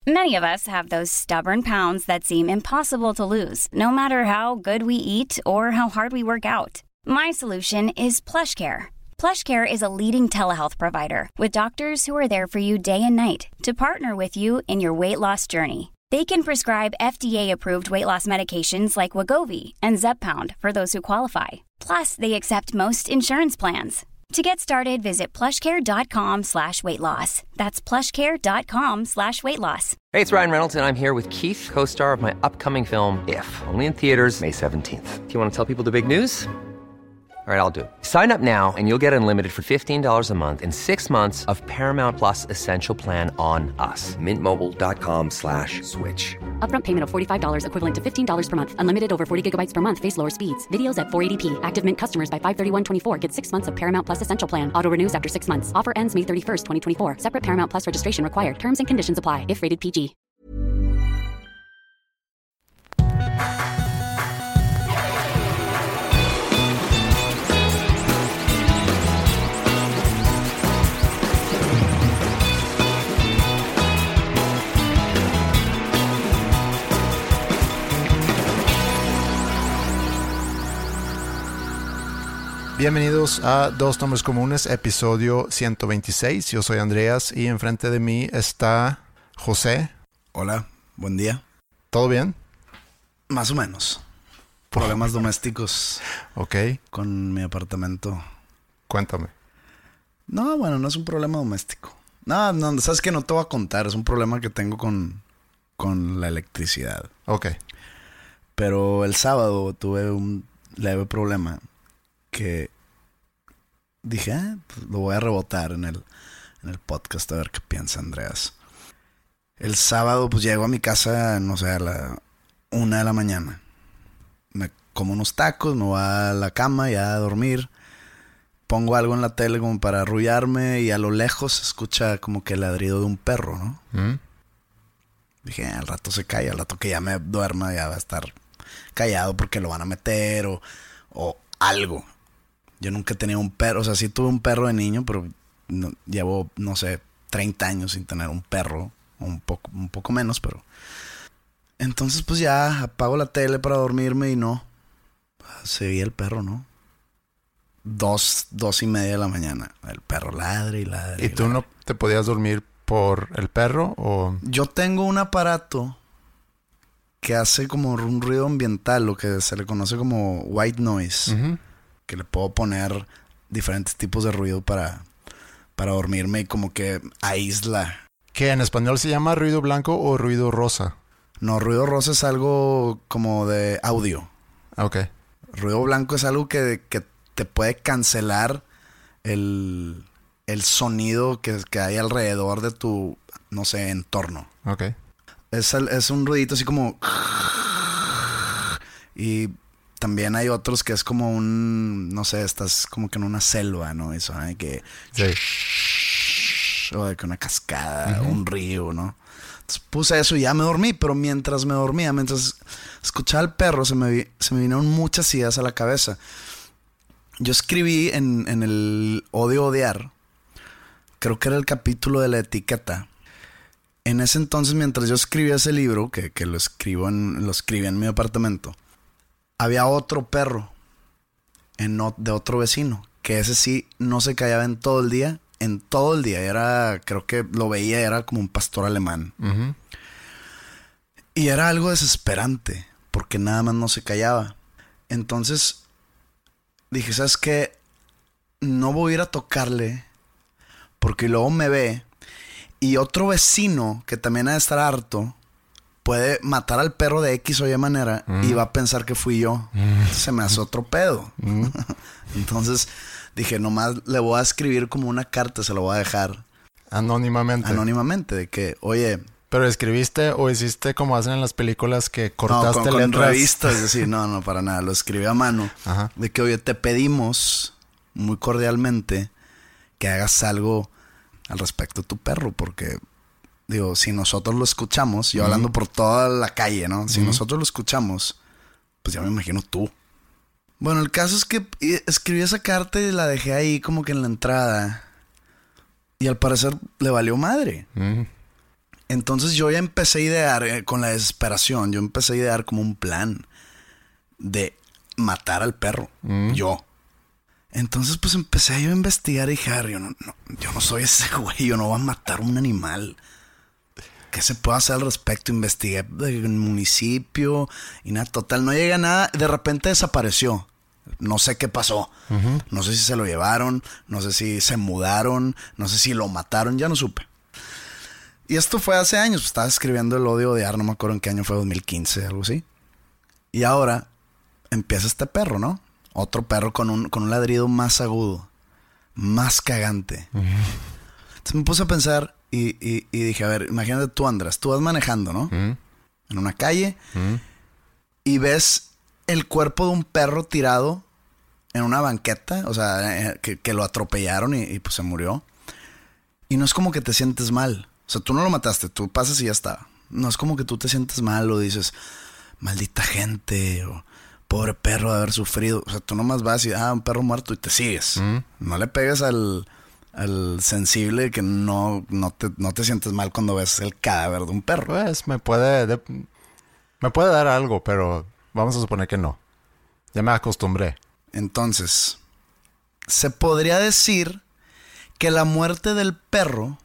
Many of us have those stubborn pounds that seem impossible to lose, no matter how good we eat or how hard we work out. My solution is PlushCare. PlushCare is a leading telehealth provider with doctors who are there for you day and night to partner with you in your weight loss journey. They can prescribe FDA-approved weight loss medications like Wegovy and Zepbound for those who qualify. Plus, they accept most insurance plans. To get started, visit plushcare.com/weightloss. That's plushcare.com/weightloss. Hey, it's Ryan Reynolds, and I'm here with Keith, co-star of my upcoming film, If, only in theaters May 17th. Do you want to tell people the big news? All right, I'll do it. Sign up now and you'll get unlimited for $15 a month and 6 months of Paramount Plus Essential Plan on us. MintMobile.com/switch. Upfront payment of $45 equivalent to $15 per month. Unlimited over 40 gigabytes per month. Face lower speeds. Videos at 480p. Active Mint customers by 531.24 get 6 months of Paramount Plus Essential Plan. Auto renews after 6 months. Offer ends May 31st, 2024. Separate Paramount Plus registration required. Terms and conditions apply if rated PG. Bienvenidos a Dos Nombres Comunes, episodio 126. Yo soy Andreas y enfrente de mí está José. Hola, buen día. ¿Todo bien? Más o menos. Problemas domésticos. Ok. Con mi apartamento. Cuéntame. No, bueno, no es un problema doméstico. No, sabes que no te voy a contar. Es un problema que tengo con la electricidad. Ok. Pero el sábado tuve un leve problema que dije, pues lo voy a rebotar en el podcast a ver qué piensa Andreas. El sábado pues llego a mi casa, no sé, a la 1 de la mañana. Me como unos tacos, me voy a la cama ya a dormir. Pongo algo en la tele como para arrullarme y a lo lejos se escucha como que el ladrido de un perro, ¿no? Dije, al rato se calla, al rato que ya me duerma ya va a estar callado porque lo van a meter o algo. Yo nunca he tenido un perro, o sea, sí tuve un perro de niño, pero llevo, no sé, 30 años sin tener un perro, o un poco menos, pero... Entonces, pues ya apago la tele para dormirme y no. Seguía el perro, ¿no? 2:30 de la mañana. El perro ladra y ladra. ¿Y tú no te podías dormir por el perro o...? Yo tengo un aparato que hace como un ruido ambiental, lo que se le conoce como white noise. Uh-huh. Que le puedo poner diferentes tipos de ruido para dormirme y como que aísla. ¿Qué en español se llama ruido blanco o ruido rosa? No, ruido rosa es algo como de audio. Ok. Ruido blanco es algo que te puede cancelar el sonido que hay alrededor de tu, no sé, entorno. Ok. Es un ruidito así como... Y también hay otros que es como un... No sé, estás como que en una selva, ¿no? Eso, ¿eh? Que... Sí. O de que una cascada, uh-huh. Un río, ¿no? Entonces puse eso y ya me dormí. Pero mientras me dormía, mientras escuchaba al perro, se me vinieron muchas ideas a la cabeza. Yo escribí en el Odio Odiar, creo que era el capítulo de la etiqueta. En ese entonces, mientras yo escribía ese libro, que lo escribí en mi apartamento, había otro perro de otro vecino, que ese sí no se callaba en todo el día. Creo que lo veía, era como un pastor alemán. Uh-huh. Y era algo desesperante, porque nada más no se callaba. Entonces dije, ¿sabes qué? No voy a ir a tocarle, porque luego me ve. Y otro vecino, que también ha de estar harto, puede matar al perro de X o Y manera y va a pensar que fui yo. Se me hace otro pedo. Entonces dije, nomás le voy a escribir como una carta, se lo voy a dejar. Anónimamente, de que, oye... ¿Pero escribiste o hiciste como hacen en las películas que cortaste letras? Con revistas, es decir, no, para nada. Lo escribí a mano. Ajá. De que, oye, te pedimos muy cordialmente que hagas algo al respecto de tu perro, porque... Digo, si nosotros lo escuchamos, yo hablando por toda la calle, ¿no? Si nosotros lo escuchamos, pues ya me imagino tú. Bueno, el caso es que escribí esa carta y la dejé ahí como que en la entrada. Y al parecer le valió madre. Entonces yo ya empecé a idear, con la desesperación, yo empecé a idear como un plan de matar al perro. Yo. Entonces pues empecé yo a investigar y dije, yo no soy ese güey, yo no voy a matar un animal. ¿Qué se puede hacer al respecto? Investigué en el municipio y nada, total, no llegué a nada. De repente desapareció. No sé qué pasó. No sé si se lo llevaron, no sé si se mudaron, no sé si lo mataron, ya no supe. Y esto fue hace años, pues estaba escribiendo El odio odiar, no me acuerdo en qué año fue, 2015, algo así. Y ahora empieza este perro, ¿no? Otro perro con un ladrido más agudo, más cagante. Entonces me puse a pensar y dije, a ver, imagínate tú, Andrés, tú vas manejando, ¿no? En una calle y ves el cuerpo de un perro tirado en una banqueta, o sea, que lo atropellaron y pues se murió. Y no es como que te sientes mal. O sea, tú no lo mataste, tú pasas y ya está. No es como que tú te sientes mal o dices, maldita gente, o pobre perro de haber sufrido. O sea, tú nomás vas y, un perro muerto y te sigues. No le pegues al sensible que no te sientes mal cuando ves el cadáver de un perro. Pues me puede dar algo, pero vamos a suponer que no. Ya me acostumbré. Entonces, se podría decir que la muerte del perro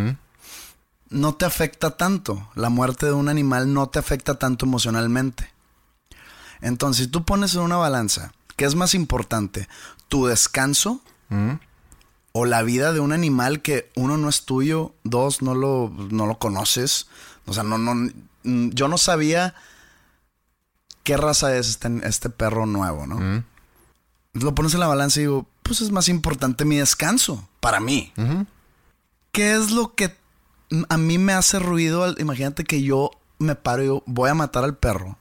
no te afecta tanto. La muerte de un animal no te afecta tanto emocionalmente. Entonces, si tú pones en una balanza, ¿qué es más importante? ¿Tu descanso? ¿O la vida de un animal que, uno, no es tuyo, dos, no lo conoces? O sea, yo no sabía qué raza es este perro nuevo, ¿no? Lo pones en la balanza y digo, pues es más importante mi descanso, para mí. ¿Qué es lo que a mí me hace ruido? Imagínate que yo me paro y digo, voy a matar al perro.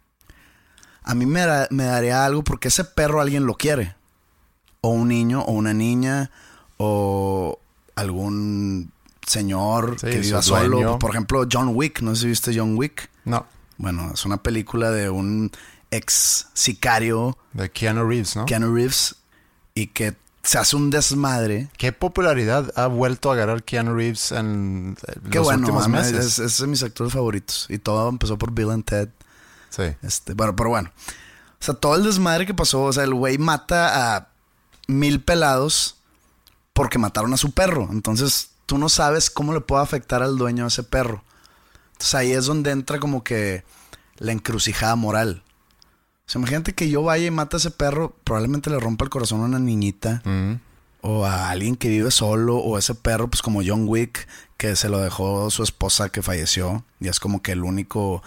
A mí me daría algo porque ese perro alguien lo quiere. O un niño, o una niña, o algún señor que viva solo. Por ejemplo, John Wick. No sé si viste John Wick. No. Bueno, es una película de un ex sicario. De Keanu Reeves, ¿no? Keanu Reeves. Y que se hace un desmadre. ¿Qué popularidad ha vuelto a ganar Keanu Reeves en los últimos meses? Es de mis actores favoritos. Y todo empezó por Bill and Ted. Sí. Pero bueno. O sea, todo el desmadre que pasó. O sea, el güey mata a 1000 pelados porque mataron a su perro. Entonces, tú no sabes cómo le puede afectar al dueño de ese perro. Entonces, ahí es donde entra como que la encrucijada moral. O sea, imagínate que yo vaya y mate a ese perro, probablemente le rompa el corazón a una niñita o a alguien que vive solo, o ese perro, pues como John Wick, que se lo dejó su esposa que falleció y es como que el único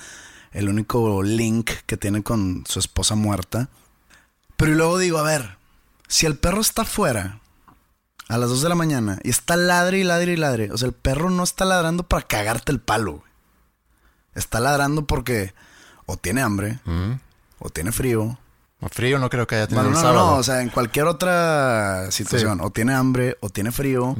link que tiene con su esposa muerta. Pero y luego digo, a ver, si el perro está afuera a las 2 de la mañana y está ladre y ladre y ladre, o sea, el perro no está ladrando para cagarte el palo, güey. Está ladrando porque o tiene hambre, o tiene frío. O frío no creo que haya tenido el sábado. sábado. No, o sea, en cualquier otra situación. Sí. O tiene hambre, o tiene frío,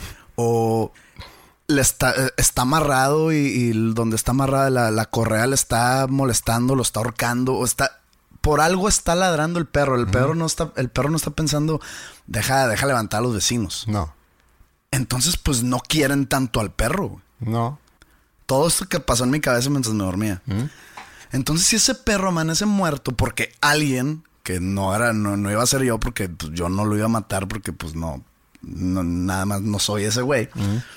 o le está amarrado y donde está amarrada la correa le está molestando, lo está ahorcando, o está... Por algo está ladrando el perro. El perro no está pensando, deja levantar a los vecinos. No. Entonces, pues no quieren tanto al perro, güey. No. Todo esto que pasó en mi cabeza mientras me dormía. Entonces, si ese perro amanece muerto porque alguien, que no iba a ser yo, porque pues, yo no lo iba a matar porque pues no nada más no soy ese güey.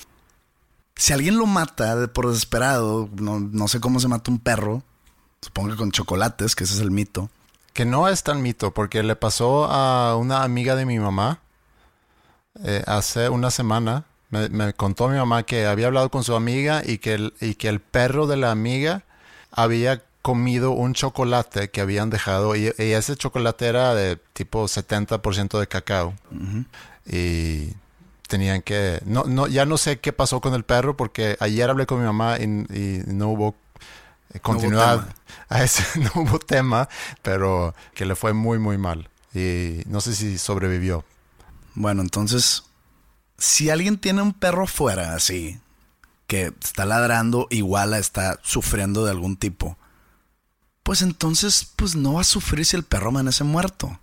Si alguien lo mata por desesperado, no sé cómo se mata un perro. Supongo que con chocolates, que ese es el mito. Que no es tan mito, porque le pasó a una amiga de mi mamá hace una semana. Me contó mi mamá que había hablado con su amiga y que el perro de la amiga había comido un chocolate que habían dejado. Y ese chocolate era de tipo 70% de cacao. Y tenían que... ya no sé qué pasó con el perro, porque ayer hablé con mi mamá y no hubo continuidad. No hubo tema, pero que le fue muy, muy mal. Y no sé si sobrevivió. Bueno, entonces... Si alguien tiene un perro fuera así, que está ladrando, igual está sufriendo de algún tipo, pues entonces pues no va a sufrir si el perro amanece muerto.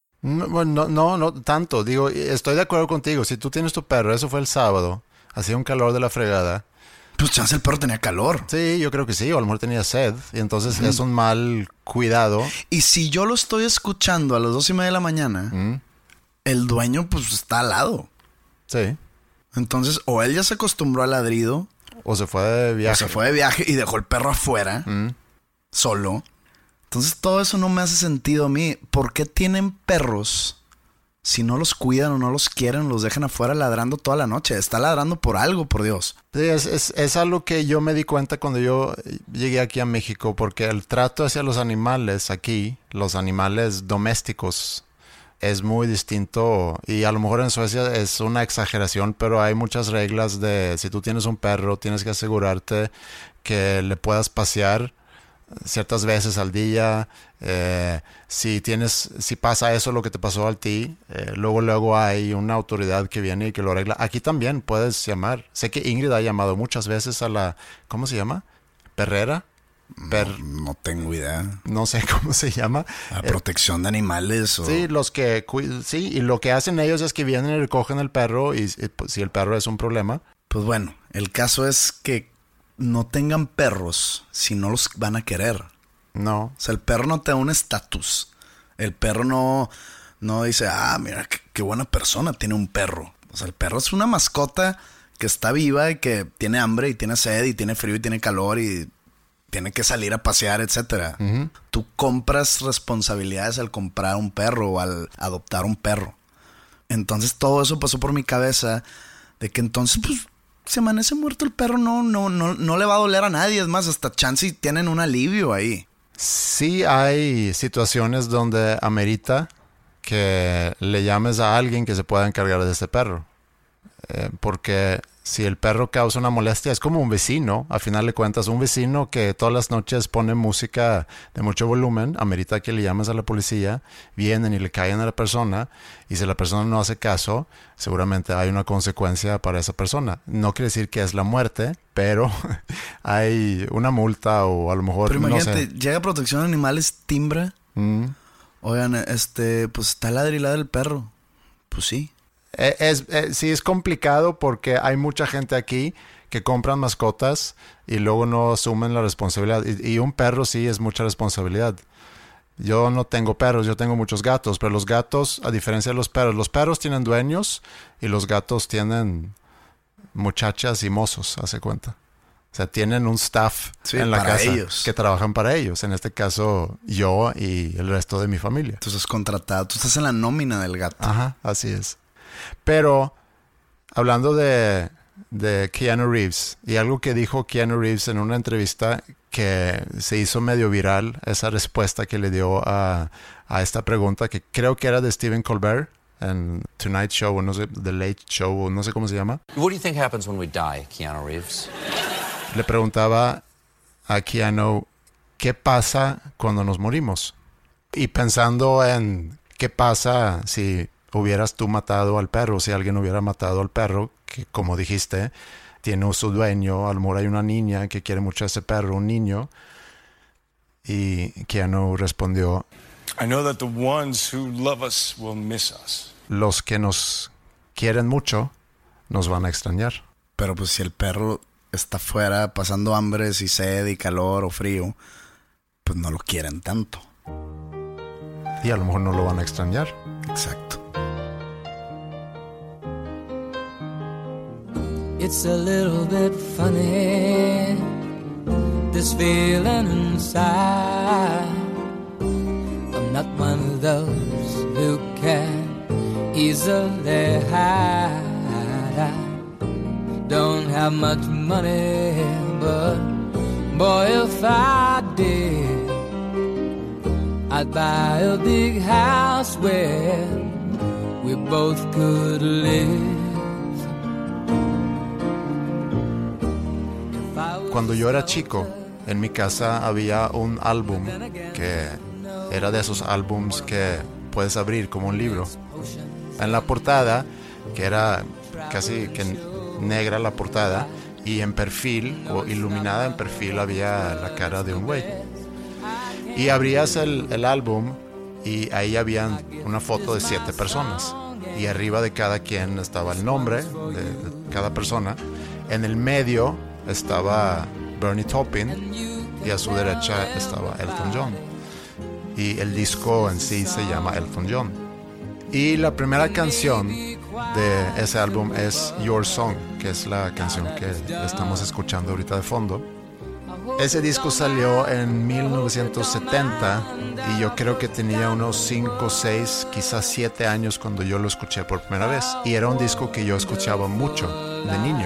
No tanto. Digo, estoy de acuerdo contigo. Si tú tienes tu perro, eso fue el sábado, hacía un calor de la fregada. Pues chance el perro tenía calor. Sí, yo creo que sí, o a lo mejor tenía sed. Y entonces es un mal cuidado. Y si yo lo estoy escuchando a las 2:30 de la mañana, el dueño pues está al lado. Sí. Entonces, o él ya se acostumbró al ladrido. O se fue de viaje. O se fue de viaje y dejó el perro afuera. Solo. Entonces todo eso no me hace sentido a mí. ¿Por qué tienen perros si no los cuidan o no los quieren, los dejan afuera ladrando toda la noche? Está ladrando por algo, por Dios. Sí, es algo que yo me di cuenta cuando yo llegué aquí a México, porque el trato hacia los animales aquí, los animales domésticos, es muy distinto. Y a lo mejor en Suecia es una exageración, pero hay muchas reglas de si tú tienes un perro, tienes que asegurarte que le puedas pasear ciertas veces al día. Si pasa eso, lo que te pasó a ti, luego hay una autoridad que viene y que lo arregla. Aquí también puedes llamar. Sé que Ingrid ha llamado muchas veces a la, ¿cómo se llama? ¿Perrera? No tengo idea. No sé cómo se llama. La protección de animales. O... Sí, sí, y lo que hacen ellos es que vienen y recogen el perro y si el perro es un problema. Pues bueno, el caso es que no tengan perros si no los van a querer. No. O sea, el perro no te da un estatus. El perro no dice, mira, qué buena persona tiene un perro. O sea, el perro es una mascota que está viva y que tiene hambre y tiene sed y tiene frío y tiene calor y tiene que salir a pasear, etcétera. Tú compras responsabilidades al comprar un perro o al adoptar un perro. Entonces todo eso pasó por mi cabeza de que entonces, pues, si amanece muerto el perro, no le va a doler a nadie. Es más, hasta chance tienen un alivio ahí. Sí hay situaciones donde amerita que le llames a alguien que se pueda encargar de ese perro. Porque si el perro causa una molestia, es como un vecino. Al final de cuentas, un vecino que todas las noches pone música de mucho volumen, amerita que le llames a la policía, vienen y le callan a la persona, y si la persona no hace caso, seguramente hay una consecuencia para esa persona. No quiere decir que es la muerte, pero hay una multa o a lo mejor, pero imagínate, no sé. Llega Protección de Animales, timbra. Oigan, pues está ladrilada el perro. Pues sí. Sí, es complicado porque hay mucha gente aquí que compran mascotas y luego no asumen la responsabilidad. Y un perro sí es mucha responsabilidad. Yo no tengo perros, yo tengo muchos gatos, pero los gatos, a diferencia de los perros tienen dueños y los gatos tienen muchachas y mozos, hace cuenta. O sea, tienen un staff en la casa ellos, que trabajan para ellos. En este caso, yo y el resto de mi familia. Tú estás contratado, tú estás en la nómina del gato. Ajá, así es. Pero, hablando de Keanu Reeves, y algo que dijo Keanu Reeves en una entrevista que se hizo medio viral, esa respuesta que le dio a esta pregunta, que creo que era de Stephen Colbert, en Tonight Show, no sé, The Late Show, no sé cómo se llama. What do you think happens when we die, Keanu Reeves? Le preguntaba a Keanu, ¿qué pasa cuando nos morimos? Y pensando en qué pasa si hubieras tú matado al perro, si alguien hubiera matado al perro, que como dijiste, tiene su dueño, a lo mejor hay una niña que quiere mucho a ese perro, un niño. Y Keanu respondió, I know that the ones who love us will miss us. Los que nos quieren mucho nos van a extrañar. Pero pues si el perro está fuera pasando hambre, y sed y calor o frío, pues no lo quieren tanto. Y a lo mejor no lo van a extrañar. Exacto. It's a little bit funny, this feeling inside. I'm not one of those who can easily hide. I don't have much money, but boy, if I did, I'd buy a big house where we both could live. Cuando yo era chico, en mi casa había un álbum que era de esos álbums que puedes abrir como un libro. En la portada, que era casi que negra la portada, y en perfil, o iluminada en perfil, había la cara de un güey. Y abrías el álbum y ahí había una foto de 7 personas. Y arriba de cada quien estaba el nombre de cada persona. En el medio estaba Bernie Taupin y a su derecha estaba Elton John. Y el disco en sí se llama Elton John. Y la primera canción de ese álbum es Your Song, que es la canción que estamos escuchando ahorita de fondo. Ese disco salió en 1970 y yo creo que tenía unos 5, 6, quizás 7 años cuando yo lo escuché por primera vez. Y era un disco que yo escuchaba mucho de niño.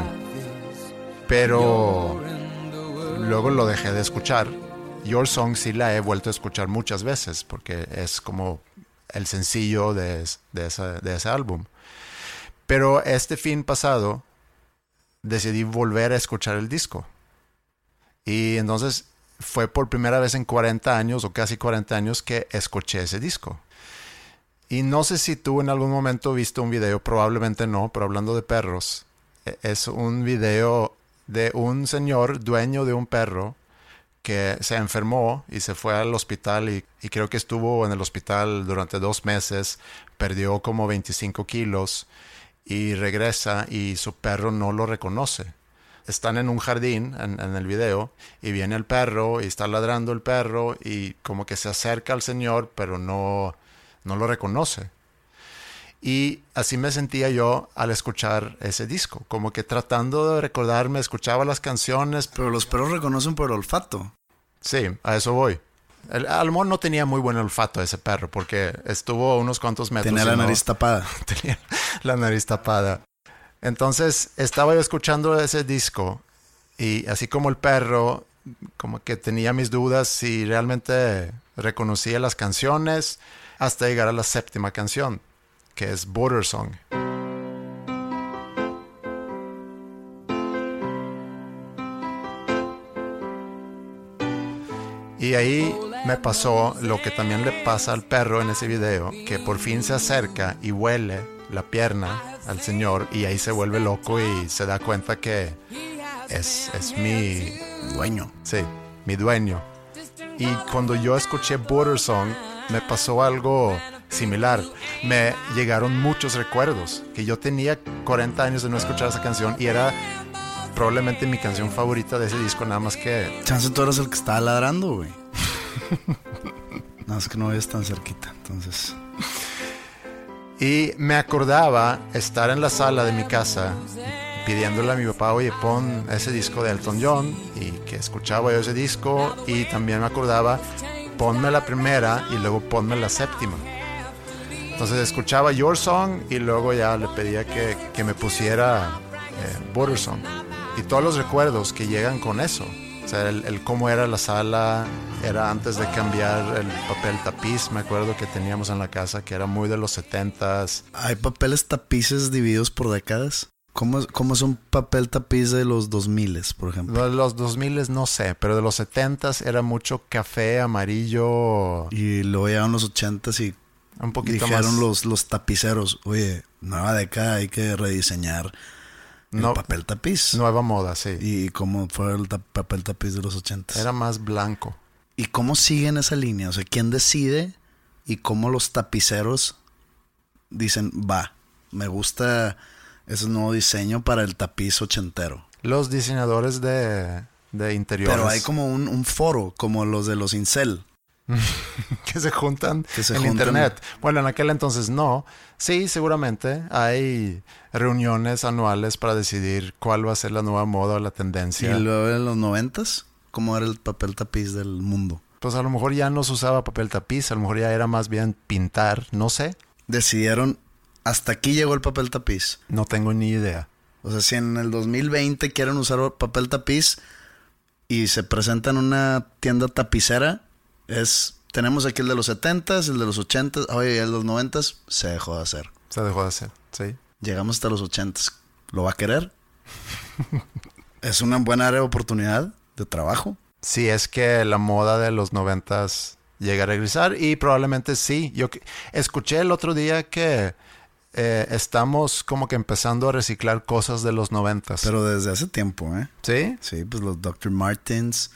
Pero luego lo dejé de escuchar. Your Song sí la he vuelto a escuchar muchas veces porque es como el sencillo de ese álbum. Pero este fin pasado decidí volver a escuchar el disco. Y entonces fue por primera vez en 40 años o casi 40 años que escuché ese disco. Y no sé si tú en algún momento viste un video, probablemente no, pero hablando de perros, es un video de un señor dueño de un perro que se enfermó y se fue al hospital y creo que estuvo en el hospital durante 2 meses, perdió como 25 kilos y regresa y su perro no lo reconoce. Están en un jardín en el video y viene el perro y está ladrando el perro y como que se acerca al señor pero no lo reconoce. Y así me sentía yo al escuchar ese disco, como que tratando de recordarme, escuchaba las canciones. Pero los perros reconocen por el olfato. Sí, a eso voy. A lo mejor no tenía muy buen olfato ese perro porque estuvo a unos cuantos metros. Tenía la nariz tapada. Tenía la nariz tapada. Entonces estaba yo escuchando ese disco y así como el perro, como que tenía mis dudas si realmente reconocía las canciones hasta llegar a la 7ª canción, que es Border Song. Y ahí me pasó lo que también le pasa al perro en ese video, que por fin se acerca y huele la pierna al señor y ahí se vuelve loco y se da cuenta que es mi dueño. Sí, mi dueño. Y cuando yo escuché Border Song me pasó algo similar. Me llegaron muchos recuerdos que yo tenía 40 años de no escuchar esa canción y era probablemente mi canción favorita de ese disco, nada más que... Chance tú eras el que estaba ladrando, güey. No, es que no vives tan cerquita, entonces... Y me acordaba estar en la sala de mi casa pidiéndole a mi papá, oye, pon ese disco de Elton John, y que escuchaba yo ese disco, y también me acordaba, ponme la primera y luego ponme la 7ª. Entonces escuchaba Your Song y luego ya le pedía que me pusiera Border Song. Y todos los recuerdos que llegan con eso. O sea, el cómo era la sala, era antes de cambiar el papel tapiz, me acuerdo que teníamos en la casa, que era muy de los 70s. ¿Hay papeles tapices divididos por décadas? ¿Cómo es un papel tapiz de los 2000s, por ejemplo? De los 2000s no sé, pero de los 70s era mucho café, amarillo. Y luego llegaron los 80s y un poquito dijeron más. los tapiceros, oye, nueva década, hay que rediseñar el papel tapiz. Nueva moda, sí. ¿Y cómo fue el papel tapiz de los 80s? Era más blanco. ¿Y cómo siguen esa línea? O sea, ¿quién decide y cómo los tapiceros dicen, va, me gusta ese nuevo diseño para el tapiz ochentero? Los diseñadores de interiores. Pero hay como un foro, como los de los incel. que se juntan en internet. Bueno, en aquel entonces no. Sí, seguramente hay reuniones anuales para decidir cuál va a ser la nueva moda o la tendencia. ¿Y luego en los 90s? ¿Cómo era el papel tapiz del mundo? Pues a lo mejor ya no se usaba papel tapiz, a lo mejor ya era más bien pintar, no sé. Decidieron, hasta aquí llegó el papel tapiz. No tengo ni idea. O sea, si en el 2020 quieren usar papel tapiz y se presenta en una tienda tapicera, tenemos aquí el de los 70s, el de los 80s, oye, el de los 90s, se dejó de hacer. Se dejó de hacer, sí. Llegamos hasta los 80s. ¿Lo va a querer? ¿Es una buena área de oportunidad de trabajo? Sí, es que la moda de los 90s llega a regresar y probablemente sí. Yo escuché el otro día que estamos como que empezando a reciclar cosas de los 90s. Pero desde hace tiempo, ¿eh? ¿Sí? Sí, pues los Dr. Martens,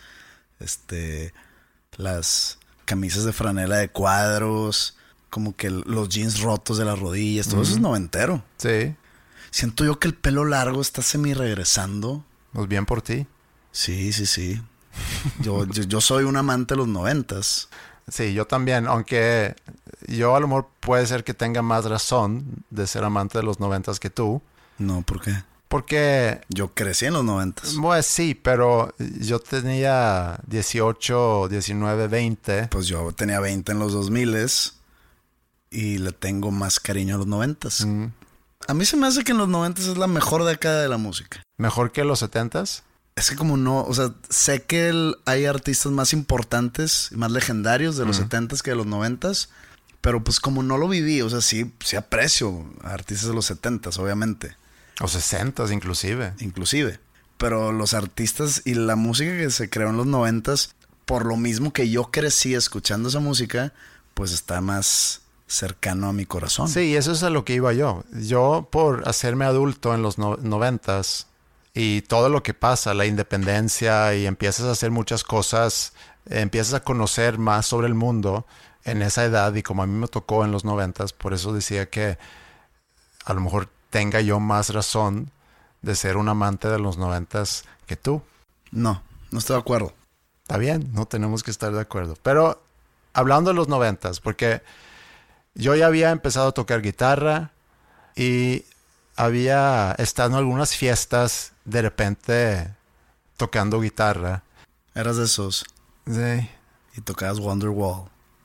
las camisas de franela de cuadros, como que los jeans rotos de las rodillas, todo eso es noventero. Sí. Siento yo que el pelo largo está semi regresando Pues bien por ti. Sí. Yo soy un amante de los 90s. Sí, yo también, aunque yo a lo mejor puede ser que tenga más razón de ser amante de los 90s que tú. No, ¿por qué? Porque... Yo crecí en los 90s. Pues sí, pero yo tenía 18, 19, 20. Pues yo tenía 20 en los 2000s y le tengo más cariño a los 90s. A mí se me hace que en los 90s es la mejor década de la música. ¿Mejor que los 70s? Es que como no, o sea, sé que hay artistas más importantes y más legendarios de los 70s que de los 90s, pero pues como no lo viví, o sea, sí aprecio a artistas de los 70s, obviamente. O 60s Inclusive. Pero los artistas y la música que se creó en los 90s, por lo mismo que yo crecí escuchando esa música, pues está más cercano a mi corazón. Sí, eso es a lo que iba yo. Yo, por hacerme adulto en los 90s y todo lo que pasa, la independencia, y empiezas a hacer muchas cosas, empiezas a conocer más sobre el mundo en esa edad, y como a mí me tocó en los 90s, por eso decía que a lo mejor tenga yo más razón de ser un amante de los 90s que tú. No estoy de acuerdo. Está bien, no tenemos que estar de acuerdo. Pero hablando de los 90s, porque yo ya había empezado a tocar guitarra y había estado en algunas fiestas de repente tocando guitarra. ¿Eras de esos? Sí. ¿Y tocabas Wonderwall?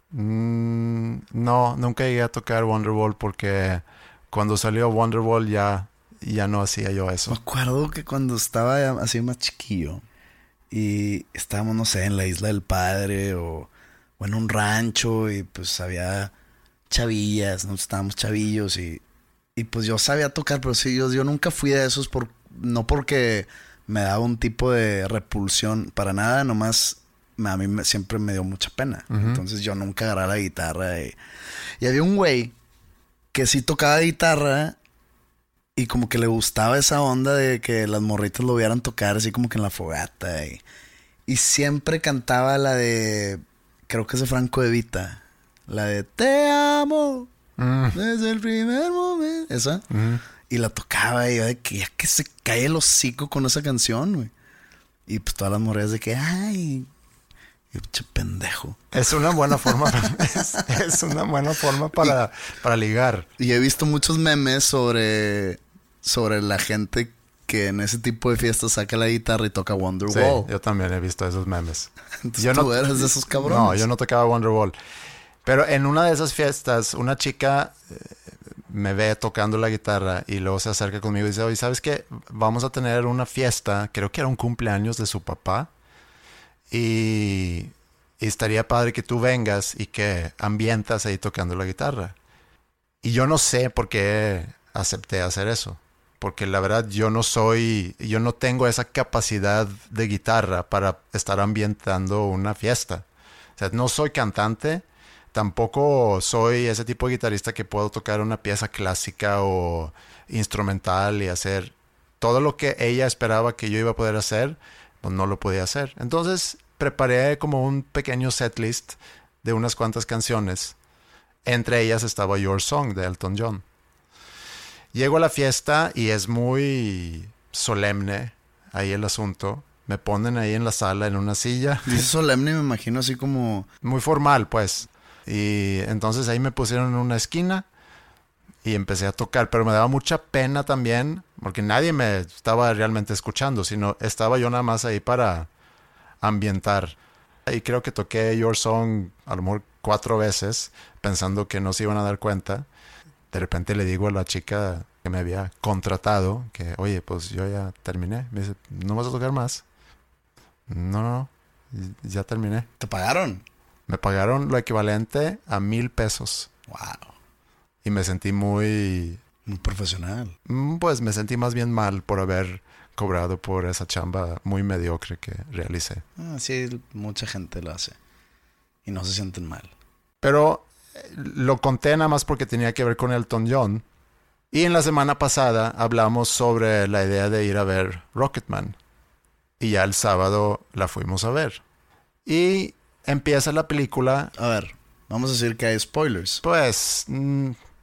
No, nunca llegué a tocar Wonderwall porque cuando salió Wonderwall ya no hacía yo eso. Me acuerdo que cuando estaba así más chiquillo y estábamos, no sé, en la Isla del Padre o en un rancho y pues había chavillas, ¿no? Estábamos chavillos y pues yo sabía tocar, pero sí, yo nunca fui de esos, no porque me daba un tipo de repulsión, para nada, nomás a mí siempre me dio mucha pena. Entonces yo nunca agarraba la guitarra y había un güey que sí tocaba guitarra y como que le gustaba esa onda de que las morritas lo vieran tocar así como que en la fogata y siempre cantaba la de, creo que es de Franco De Vita, la de Te amo desde el primer momento, esa, y la tocaba y yo de que ya que se cae el hocico con esa canción, güey. Y pues todas las morritas de que ay, pinche pendejo. Es una buena forma es una buena forma para ligar. Y he visto muchos memes sobre la gente que en ese tipo de fiestas saca la guitarra y toca Wonderwall. Sí, yo también he visto esos memes. Entonces, ¿tú eres de esos cabrones? No, yo no tocaba Wonderwall. Pero en una de esas fiestas, una chica me ve tocando la guitarra y luego se acerca conmigo y dice, oye, ¿sabes qué? Vamos a tener una fiesta, creo que era un cumpleaños de su papá. Y estaría padre que tú vengas y que ambientas ahí tocando la guitarra. Y yo no sé por qué acepté hacer eso. Porque la verdad yo no tengo esa capacidad de guitarra para estar ambientando una fiesta. O sea, no soy cantante, tampoco soy ese tipo de guitarrista que puedo tocar una pieza clásica o instrumental y hacer todo lo que ella esperaba que yo iba a poder hacer. Pues no lo podía hacer. Entonces preparé como un pequeño setlist de unas cuantas canciones. Entre ellas estaba Your Song de Elton John. Llego a la fiesta y es muy solemne ahí el asunto. Me ponen ahí en la sala en una silla. Dice solemne, me imagino así como... Muy formal, pues. Y entonces ahí me pusieron en una esquina y empecé a tocar, pero me daba mucha pena también, porque nadie me estaba realmente escuchando, sino estaba yo nada más ahí para ambientar. Y creo que toqué Your Song a lo mejor 4 veces, pensando que no se iban a dar cuenta. De repente le digo a la chica que me había contratado que, oye, pues yo ya terminé. Me dice, ¿no vas a tocar más? No, ya terminé. ¿Te pagaron? Me pagaron lo equivalente a $1,000. Wow. Y me sentí muy profesional. Pues me sentí más bien mal por haber cobrado por esa chamba muy mediocre que realicé. Sí, mucha gente lo hace. Y no se sienten mal. Pero lo conté nada más porque tenía que ver con Elton John. Y en la semana pasada hablamos sobre la idea de ir a ver Rocketman. Y ya el sábado la fuimos a ver. Y empieza la película. A ver, vamos a decir que hay spoilers. Pues...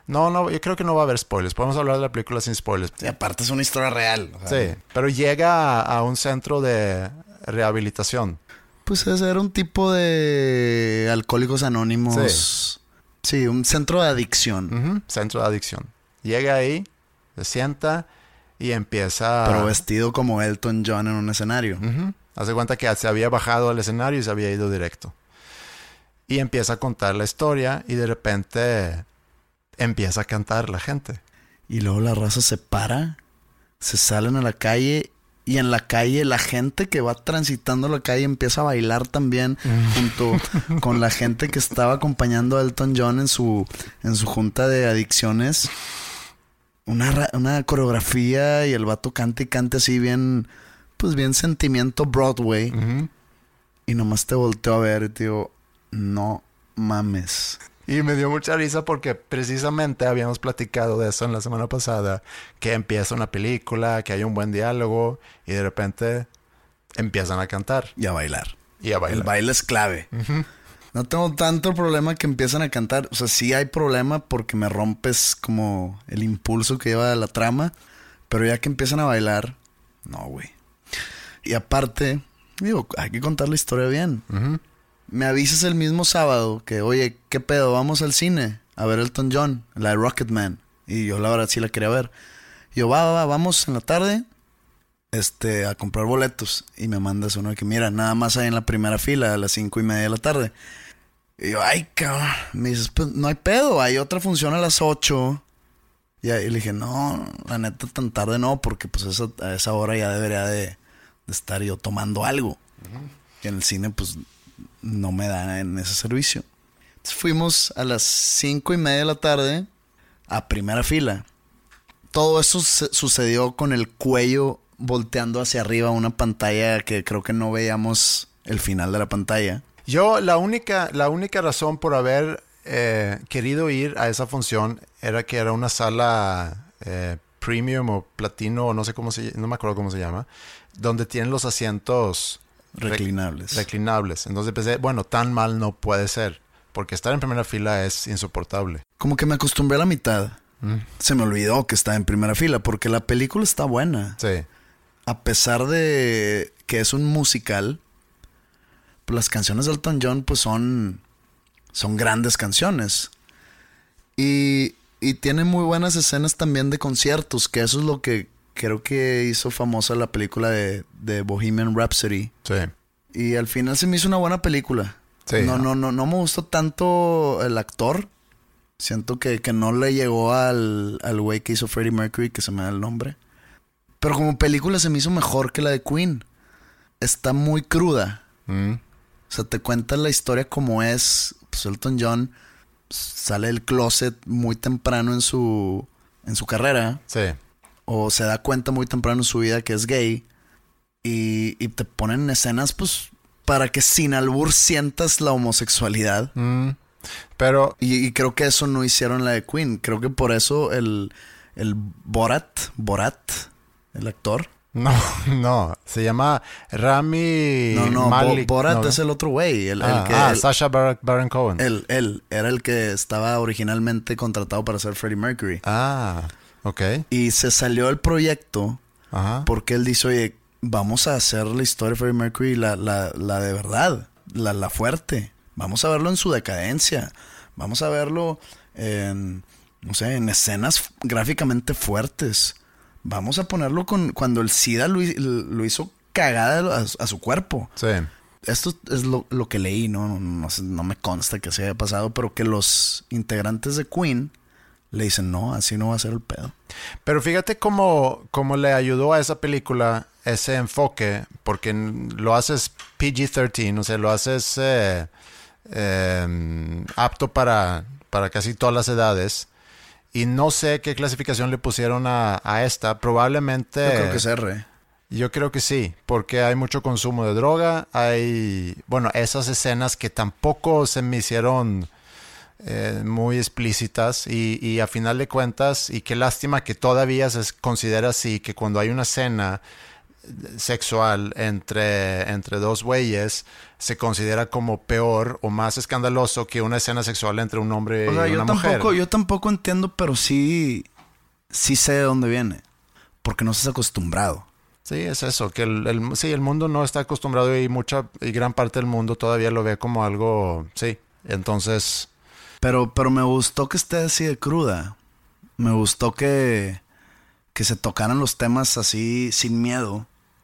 No, yo creo que no va a haber spoilers. Podemos hablar de la película sin spoilers. Y aparte es una historia real. O sea, Sí, pero llega a un centro de rehabilitación. pues era un tipo de Alcohólicos Anónimos. Sí, un centro de adicción. Ujú, centro de adicción. Llega ahí, se sienta y empieza... Pero vestido como Elton John en un escenario. Ujú. Hace cuenta que se había bajado al escenario y se había ido directo. Y empieza a contar la historia y de repente empieza a cantar la gente. Y luego la raza se para, se salen a la calle y en la calle la gente que va transitando la calle empieza a bailar también junto con la gente que estaba acompañando a Elton John en su junta de adicciones. Una coreografía y el vato canta y canta así bien, pues bien sentimiento Broadway. Ujú. Y nomás te volteo a ver y te digo, no mames. Y me dio mucha risa porque precisamente habíamos platicado de eso en la semana pasada, que empieza una película, que hay un buen diálogo y de repente empiezan a cantar Y a bailar. y a bailar. El baile es clave. No tengo tanto problema que empiezan a cantar. O sea, sí hay problema porque me rompes como el impulso que lleva la trama. Pero ya que empiezan a bailar, no, güey. Y aparte, digo, hay que contar la historia bien. Ujú. Me avisas el mismo sábado que, oye, ¿qué pedo? Vamos al cine a ver Elton John, la de Rocketman. Y yo la verdad sí la quería ver. Y yo, vamos en la tarde a comprar boletos. Y me mandas uno que, mira, nada más hay en la primera fila a las 5:30 de la tarde. Y yo, ay, cabrón. Me dices, pues no hay pedo, hay otra función a las 8. Y le dije, no, la neta tan tarde no, porque pues a esa hora ya debería de estar yo tomando algo. Y en el cine, pues no me dan en ese servicio. Entonces fuimos a las 5:30 de la tarde a primera fila. Todo eso sucedió con el cuello volteando hacia arriba una pantalla que creo que no veíamos el final de la pantalla. Yo la única razón por haber querido ir a esa función era que era una sala premium o platino o no me acuerdo cómo se llama, donde tienen los asientos reclinables. Entonces pensé, bueno, tan mal no puede ser, porque estar en primera fila es insoportable. Como que me acostumbré a la mitad. Se me olvidó que estaba en primera fila porque la película está buena. Sí. A pesar de que es un musical, pues las canciones de Elton John pues son grandes canciones. Y tiene muy buenas escenas también de conciertos, que eso es lo que creo que hizo famosa la película de Bohemian Rhapsody. Sí. Y al final se me hizo una buena película. Sí. No me gustó tanto el actor. Siento que no le llegó al güey que hizo Freddie Mercury, que se me da el nombre. Pero como película se me hizo mejor que la de Queen. Está muy cruda. O sea, te cuenta la historia como es. Pues Elton John sale del closet muy temprano en su carrera. Sí. O se da cuenta muy temprano en su vida que es gay. Y te ponen escenas, pues, para que sin albur sientas la homosexualidad. Pero... Y creo que eso no hicieron en la de Queen. Creo que por eso el Borat, el actor. No, se llama Rami Malek. Borat es el otro güey. Sacha Baron Cohen. Él era el que estaba originalmente contratado para ser Freddie Mercury. Ok. Y se salió del proyecto. Ajá. Porque él dice, oye, vamos a hacer la historia de Freddie Mercury, la de verdad, la fuerte. Vamos a verlo en su decadencia. Vamos a verlo en escenas gráficamente fuertes. Vamos a ponerlo cuando el SIDA lo hizo cagada a su cuerpo. Sí. Esto es lo que leí, no me consta que se haya pasado, pero que los integrantes de Queen le dicen, no, así no va a ser el pedo. Pero fíjate cómo le ayudó a esa película ese enfoque, porque lo haces PG-13, o sea, lo haces apto para casi todas las edades. Y no sé qué clasificación le pusieron a esta. Probablemente... Yo creo que es R. Yo creo que sí, porque hay mucho consumo de droga. Hay, esas escenas que tampoco se me hicieron muy explícitas. Y a final de cuentas, y qué lástima que todavía se considera así, que cuando hay una escena sexual entre dos güeyes se considera como peor o más escandaloso que una escena sexual entre un hombre y una mujer. Yo tampoco entiendo, pero sí sé de dónde viene. Porque no estás acostumbrado. Sí, es eso, que el mundo no está acostumbrado y gran parte del mundo todavía lo ve como algo, sí, entonces... Pero me gustó que esté así de cruda. Me gustó que se tocaran los temas así sin miedo.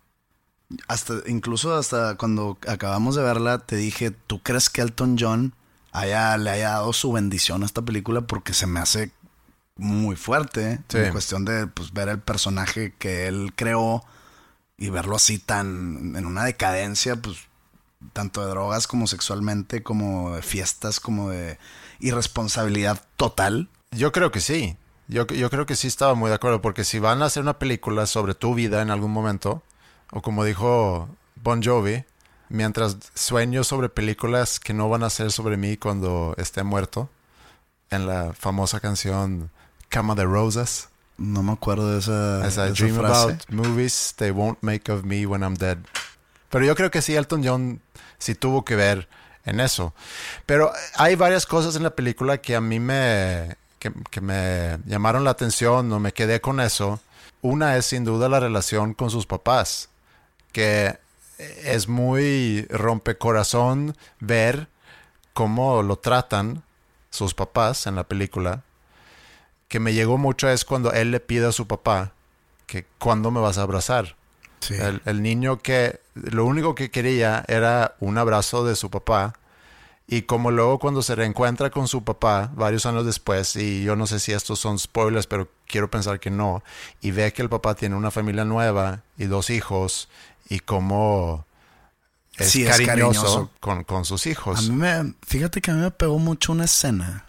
Incluso hasta cuando acabamos de verla te dije, ¿tú crees que Elton John le haya dado su bendición a esta película? Porque se me hace muy fuerte, sí, en cuestión de pues, ver el personaje que él creó y verlo así tan en una decadencia, pues tanto de drogas como sexualmente, como de fiestas, como de irresponsabilidad total. Yo creo que sí. Yo creo que sí estaba muy de acuerdo, porque si van a hacer una película sobre tu vida en algún momento, o como dijo Bon Jovi, mientras sueño sobre películas que no van a ser sobre mí cuando esté muerto, en la famosa canción Cama de Roses. No me acuerdo de esa Dream frase. about movies they won't make of me when I'm dead. Pero yo creo que sí, Elton John sí tuvo que ver en eso. Pero hay varias cosas en la película que a mí que me llamaron la atención, o me quedé con eso. Una es sin duda la relación con sus papás, que es muy rompecorazón ver cómo lo tratan sus papás en la película. Que me llegó mucho es cuando él le pide a su papá que ¿cuándo me vas a abrazar? Sí. El niño que lo único que quería era un abrazo de su papá. Y como luego cuando se reencuentra con su papá varios años después, y yo no sé si estos son spoilers, pero quiero pensar que no, y ve que el papá tiene una familia nueva y 2 hijos, y cómo es, sí, cariñoso con sus hijos. Fíjate que a mí me pegó mucho una escena.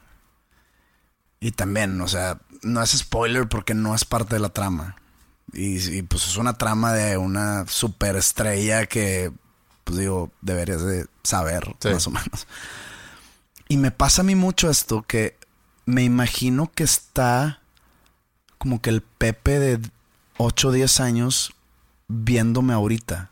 Y también, o sea, no es spoiler porque no es parte de la trama. Y pues es una trama de una superestrella que... pues digo, deberías de saber, sí, más o menos. Y me pasa a mí mucho esto, que me imagino que está como que el Pepe de 8 o 10 años viéndome ahorita.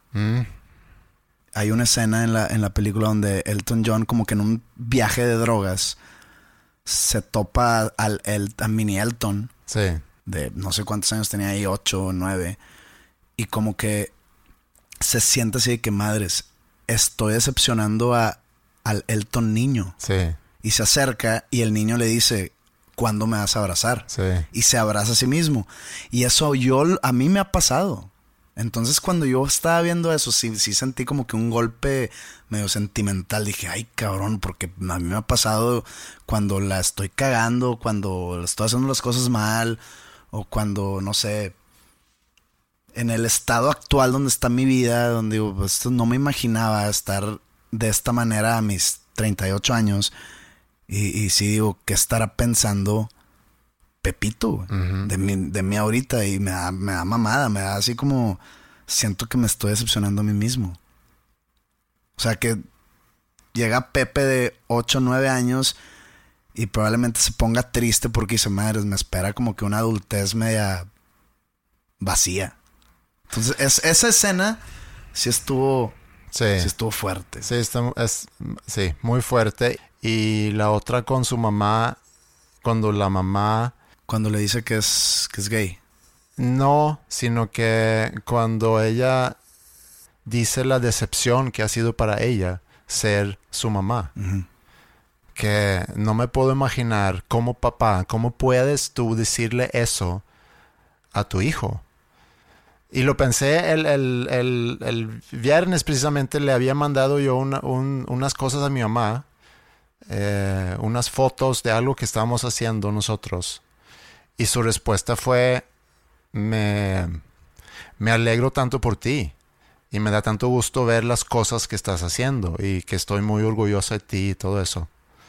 Hay una escena en la película donde Elton John, como que en un viaje de drogas, se topa a Mini Elton. Sí. De no sé cuántos años tenía ahí, 8 o 9. Y como que se siente así de que madres, estoy decepcionando al Elton niño. Sí. Y se acerca y el niño le dice, ¿cuándo me vas a abrazar? Sí. Y se abraza a sí mismo. Y eso a mí me ha pasado. Entonces cuando yo estaba viendo eso, sí sentí como que un golpe medio sentimental. Dije, ay cabrón, porque a mí me ha pasado cuando la estoy cagando, cuando estoy haciendo las cosas mal, o cuando, no sé, en el estado actual donde está mi vida, donde digo, pues, no me imaginaba estar de esta manera a mis 38 años. Y sí digo, ¿qué estará pensando Pepito, uh-huh, de mí ahorita? Y me da mamada, me da así como... Siento que me estoy decepcionando a mí mismo. O sea, que llega Pepe de 8 o 9 años y probablemente se ponga triste porque dice, madres, me espera como que una adultez media vacía. Entonces, esa escena sí estuvo... Sí estuvo fuerte. Sí, sí, muy fuerte. Y la otra con su mamá, cuando la mamá... Cuando le dice que es gay. No, sino que cuando ella dice la decepción que ha sido para ella ser su mamá. Uh-huh. Que no me puedo imaginar como papá, ¿cómo puedes tú decirle eso a tu hijo? Y lo pensé el viernes precisamente, le había mandado yo unas cosas a mi mamá, unas fotos de algo que estábamos haciendo nosotros. Y su respuesta fue, me alegro tanto por ti y me da tanto gusto ver las cosas que estás haciendo y que estoy muy orgulloso de ti y todo eso.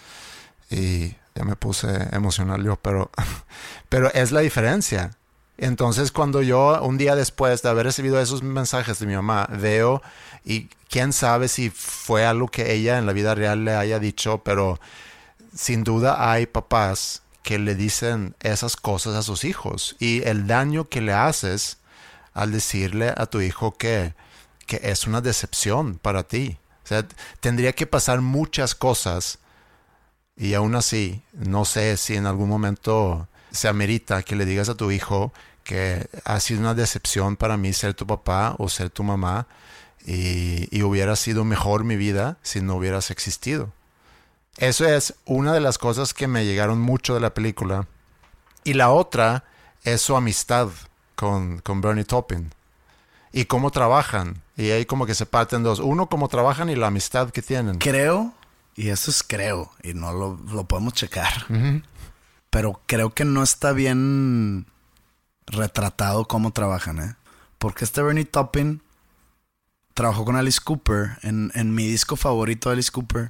Y ya me puse emocional yo, pero es la diferencia. Entonces cuando yo un día después de haber recibido esos mensajes de mi mamá veo, y quién sabe si fue algo que ella en la vida real le haya dicho, pero sin duda hay papás que le dicen esas cosas a sus hijos y el daño que le haces al decirle a tu hijo que es una decepción para ti. O sea, tendría que pasar muchas cosas y aún así, no sé si en algún momento se amerita que le digas a tu hijo que ha sido una decepción para mí ser tu papá o ser tu mamá y hubiera sido mejor mi vida si no hubieras existido. Eso es una de las cosas que me llegaron mucho de la película. Y la otra es su amistad con Bernie Taupin y cómo trabajan. Y ahí como que se parten dos. Uno, cómo trabajan y la amistad que tienen. Creo, y eso es creo, y no lo podemos checar, pero creo que no está bien retratado cómo trabajan, ¿eh? Porque Bernie Taupin trabajó con Alice Cooper en mi disco favorito de Alice Cooper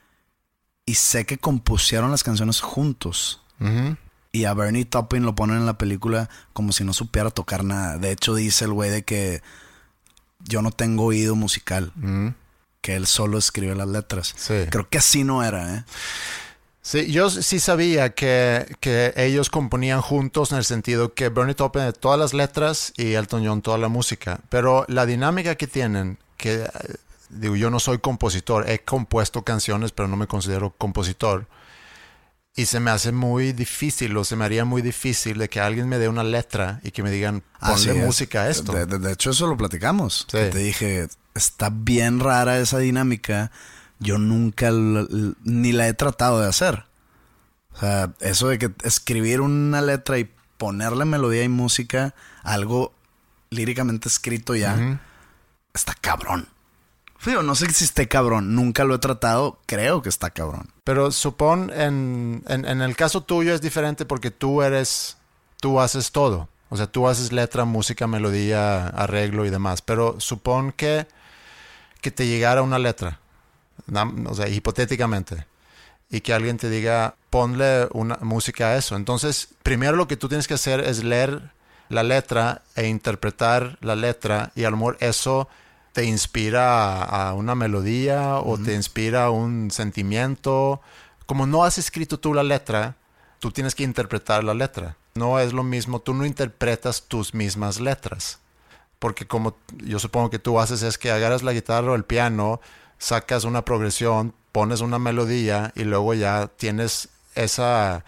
y sé que compusieron las canciones juntos. Y a Bernie Taupin lo ponen en la película como si no supiera tocar nada. De hecho dice el güey de que yo no tengo oído musical, que él solo escribe las letras. Sí. Creo que así no era, ¿eh? Sí, yo sí sabía que ellos componían juntos en el sentido que Bernie Taupin de todas las letras y Elton John toda la música. Pero la dinámica que tienen, que digo, yo no soy compositor, he compuesto canciones, pero no me considero compositor. Y se me hace muy difícil, o se me haría muy difícil de que alguien me dé una letra y que me digan, ponle música a esto. De hecho, eso lo platicamos. Sí. Te dije, está bien rara esa dinámica. Yo nunca ni la he tratado de hacer. O sea, eso de que escribir una letra y ponerle melodía y música, algo líricamente escrito ya, está cabrón. Fío, no sé si esté cabrón. Nunca lo he tratado. Creo que está cabrón. Pero supón, en el caso tuyo es diferente porque tú haces todo. O sea, tú haces letra, música, melodía, arreglo y demás. Pero supón que te llegara una letra. O sea, hipotéticamente. Y que alguien te diga, ponle una música a eso. Entonces, primero lo que tú tienes que hacer es leer la letra e interpretar la letra. Y a lo mejor eso te inspira a una melodía o te inspira a un sentimiento. Como no has escrito tú la letra, tú tienes que interpretar la letra. No es lo mismo, tú no interpretas tus mismas letras. Porque como yo supongo que tú haces es que agarras la guitarra o el piano, sacas una progresión, pones una melodía y luego ya tienes esa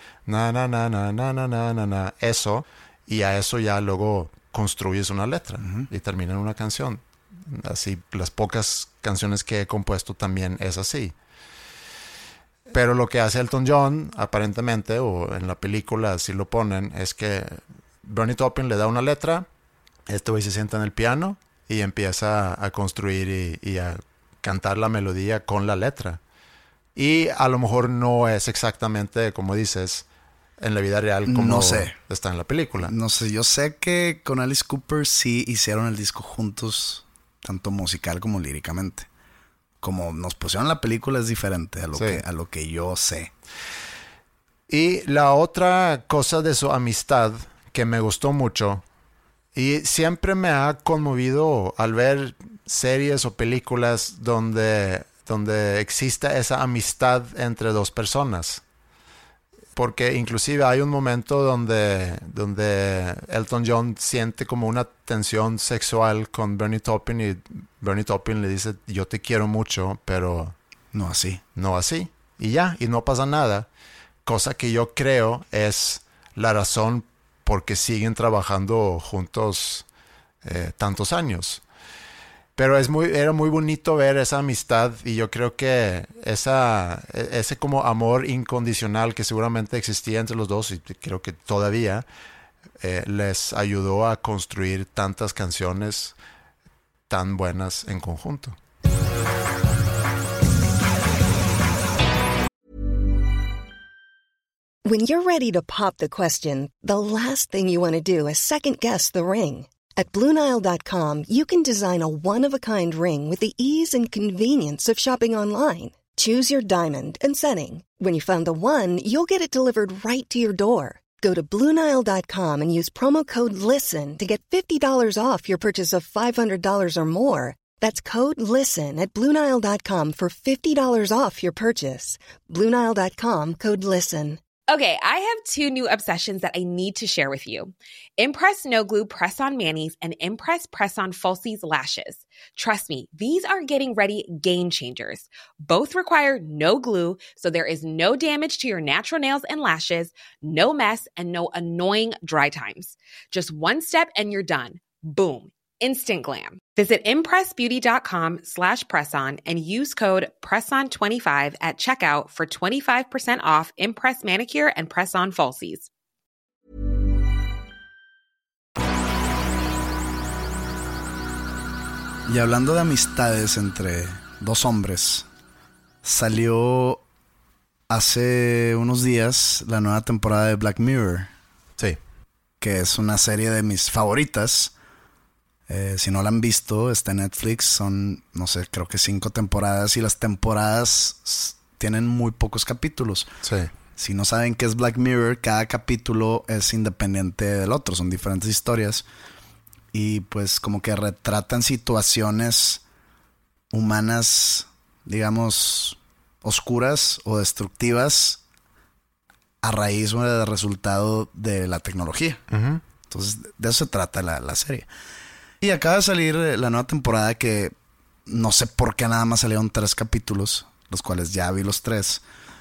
eso, y a eso ya luego construyes una letra y termina en una canción. Así, las pocas canciones que he compuesto también es así. Pero lo que hace Elton John, aparentemente, o en la película así lo ponen, es que Bernie Taupin le da una letra, este güey se sienta en el piano y empieza a construir y a cantar la melodía con la letra. Y a lo mejor no es exactamente como dices en la vida real como no sé. Está en la película. No sé, yo sé que con Alice Cooper sí hicieron el disco juntos, tanto musical como líricamente. Como nos pusieron la película es diferente a lo que yo sé. Y la otra cosa de su amistad que me gustó mucho y siempre me ha conmovido al ver series o películas donde exista esa amistad entre dos personas. Porque inclusive hay un momento donde Elton John siente como una tensión sexual con Bernie Taupin y Bernie Taupin le dice, yo te quiero mucho, pero no así. No así. Y ya, y no pasa nada. Cosa que yo creo es la razón por qué siguen trabajando juntos tantos años. Pero era muy bonito ver esa amistad y yo creo que ese como amor incondicional que seguramente existía entre los dos y creo que todavía les ayudó a construir tantas canciones tan buenas en conjunto. When you're ready to pop the question, the last thing you want to do is second-guess the ring. At BlueNile.com, you can design a one-of-a-kind ring with the ease and convenience of shopping online. Choose your diamond and setting. When you find the one, you'll get it delivered right to your door. Go to BlueNile.com and use promo code LISTEN to get $50 off your purchase of $500 or more. That's code LISTEN at BlueNile.com for $50 off your purchase. BlueNile.com, code LISTEN. Okay, I have 2 new obsessions that I need to share with you. Impress No Glue Press-On Manis and Impress Press-On Falsies Lashes. Trust me, these are getting ready game changers. Both require no glue, so there is no damage to your natural nails and lashes, no mess, and no annoying dry times. Just one step and you're done. Boom. Instant glam. Visit impressbeauty.com/presson and use code PRESSON25 at checkout for 25% off Impress Manicure and Press-On Falsies. Y hablando de amistades entre dos hombres, salió hace unos días la nueva temporada de Black Mirror. Sí. Que es una serie de mis favoritas. Si no la han visto, está en Netflix. Son, no sé, creo que 5 temporadas. Y las temporadas tienen muy pocos capítulos. Sí. Si no saben qué es Black Mirror, cada capítulo es independiente del otro. Son diferentes historias. Y pues como que retratan situaciones humanas, digamos, oscuras o destructivas a raíz o de resultado de la tecnología. Uh-huh. Entonces, de eso se trata la serie. Y acaba de salir la nueva temporada que no sé por qué nada más salieron 3 capítulos, los cuales ya vi los 3.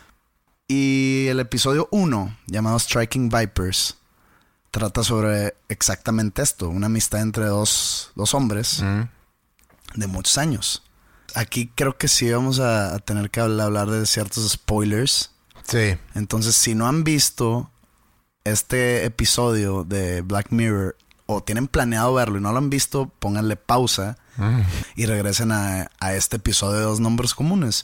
Y el episodio 1, llamado Striking Vipers, trata sobre exactamente esto, una amistad entre dos hombres de muchos años. Aquí creo que sí vamos a tener que hablar de ciertos spoilers. Sí. Entonces, si no han visto este episodio de Black Mirror o tienen planeado verlo y no lo han visto, pónganle pausa y regresen a este episodio de 2 nombres comunes.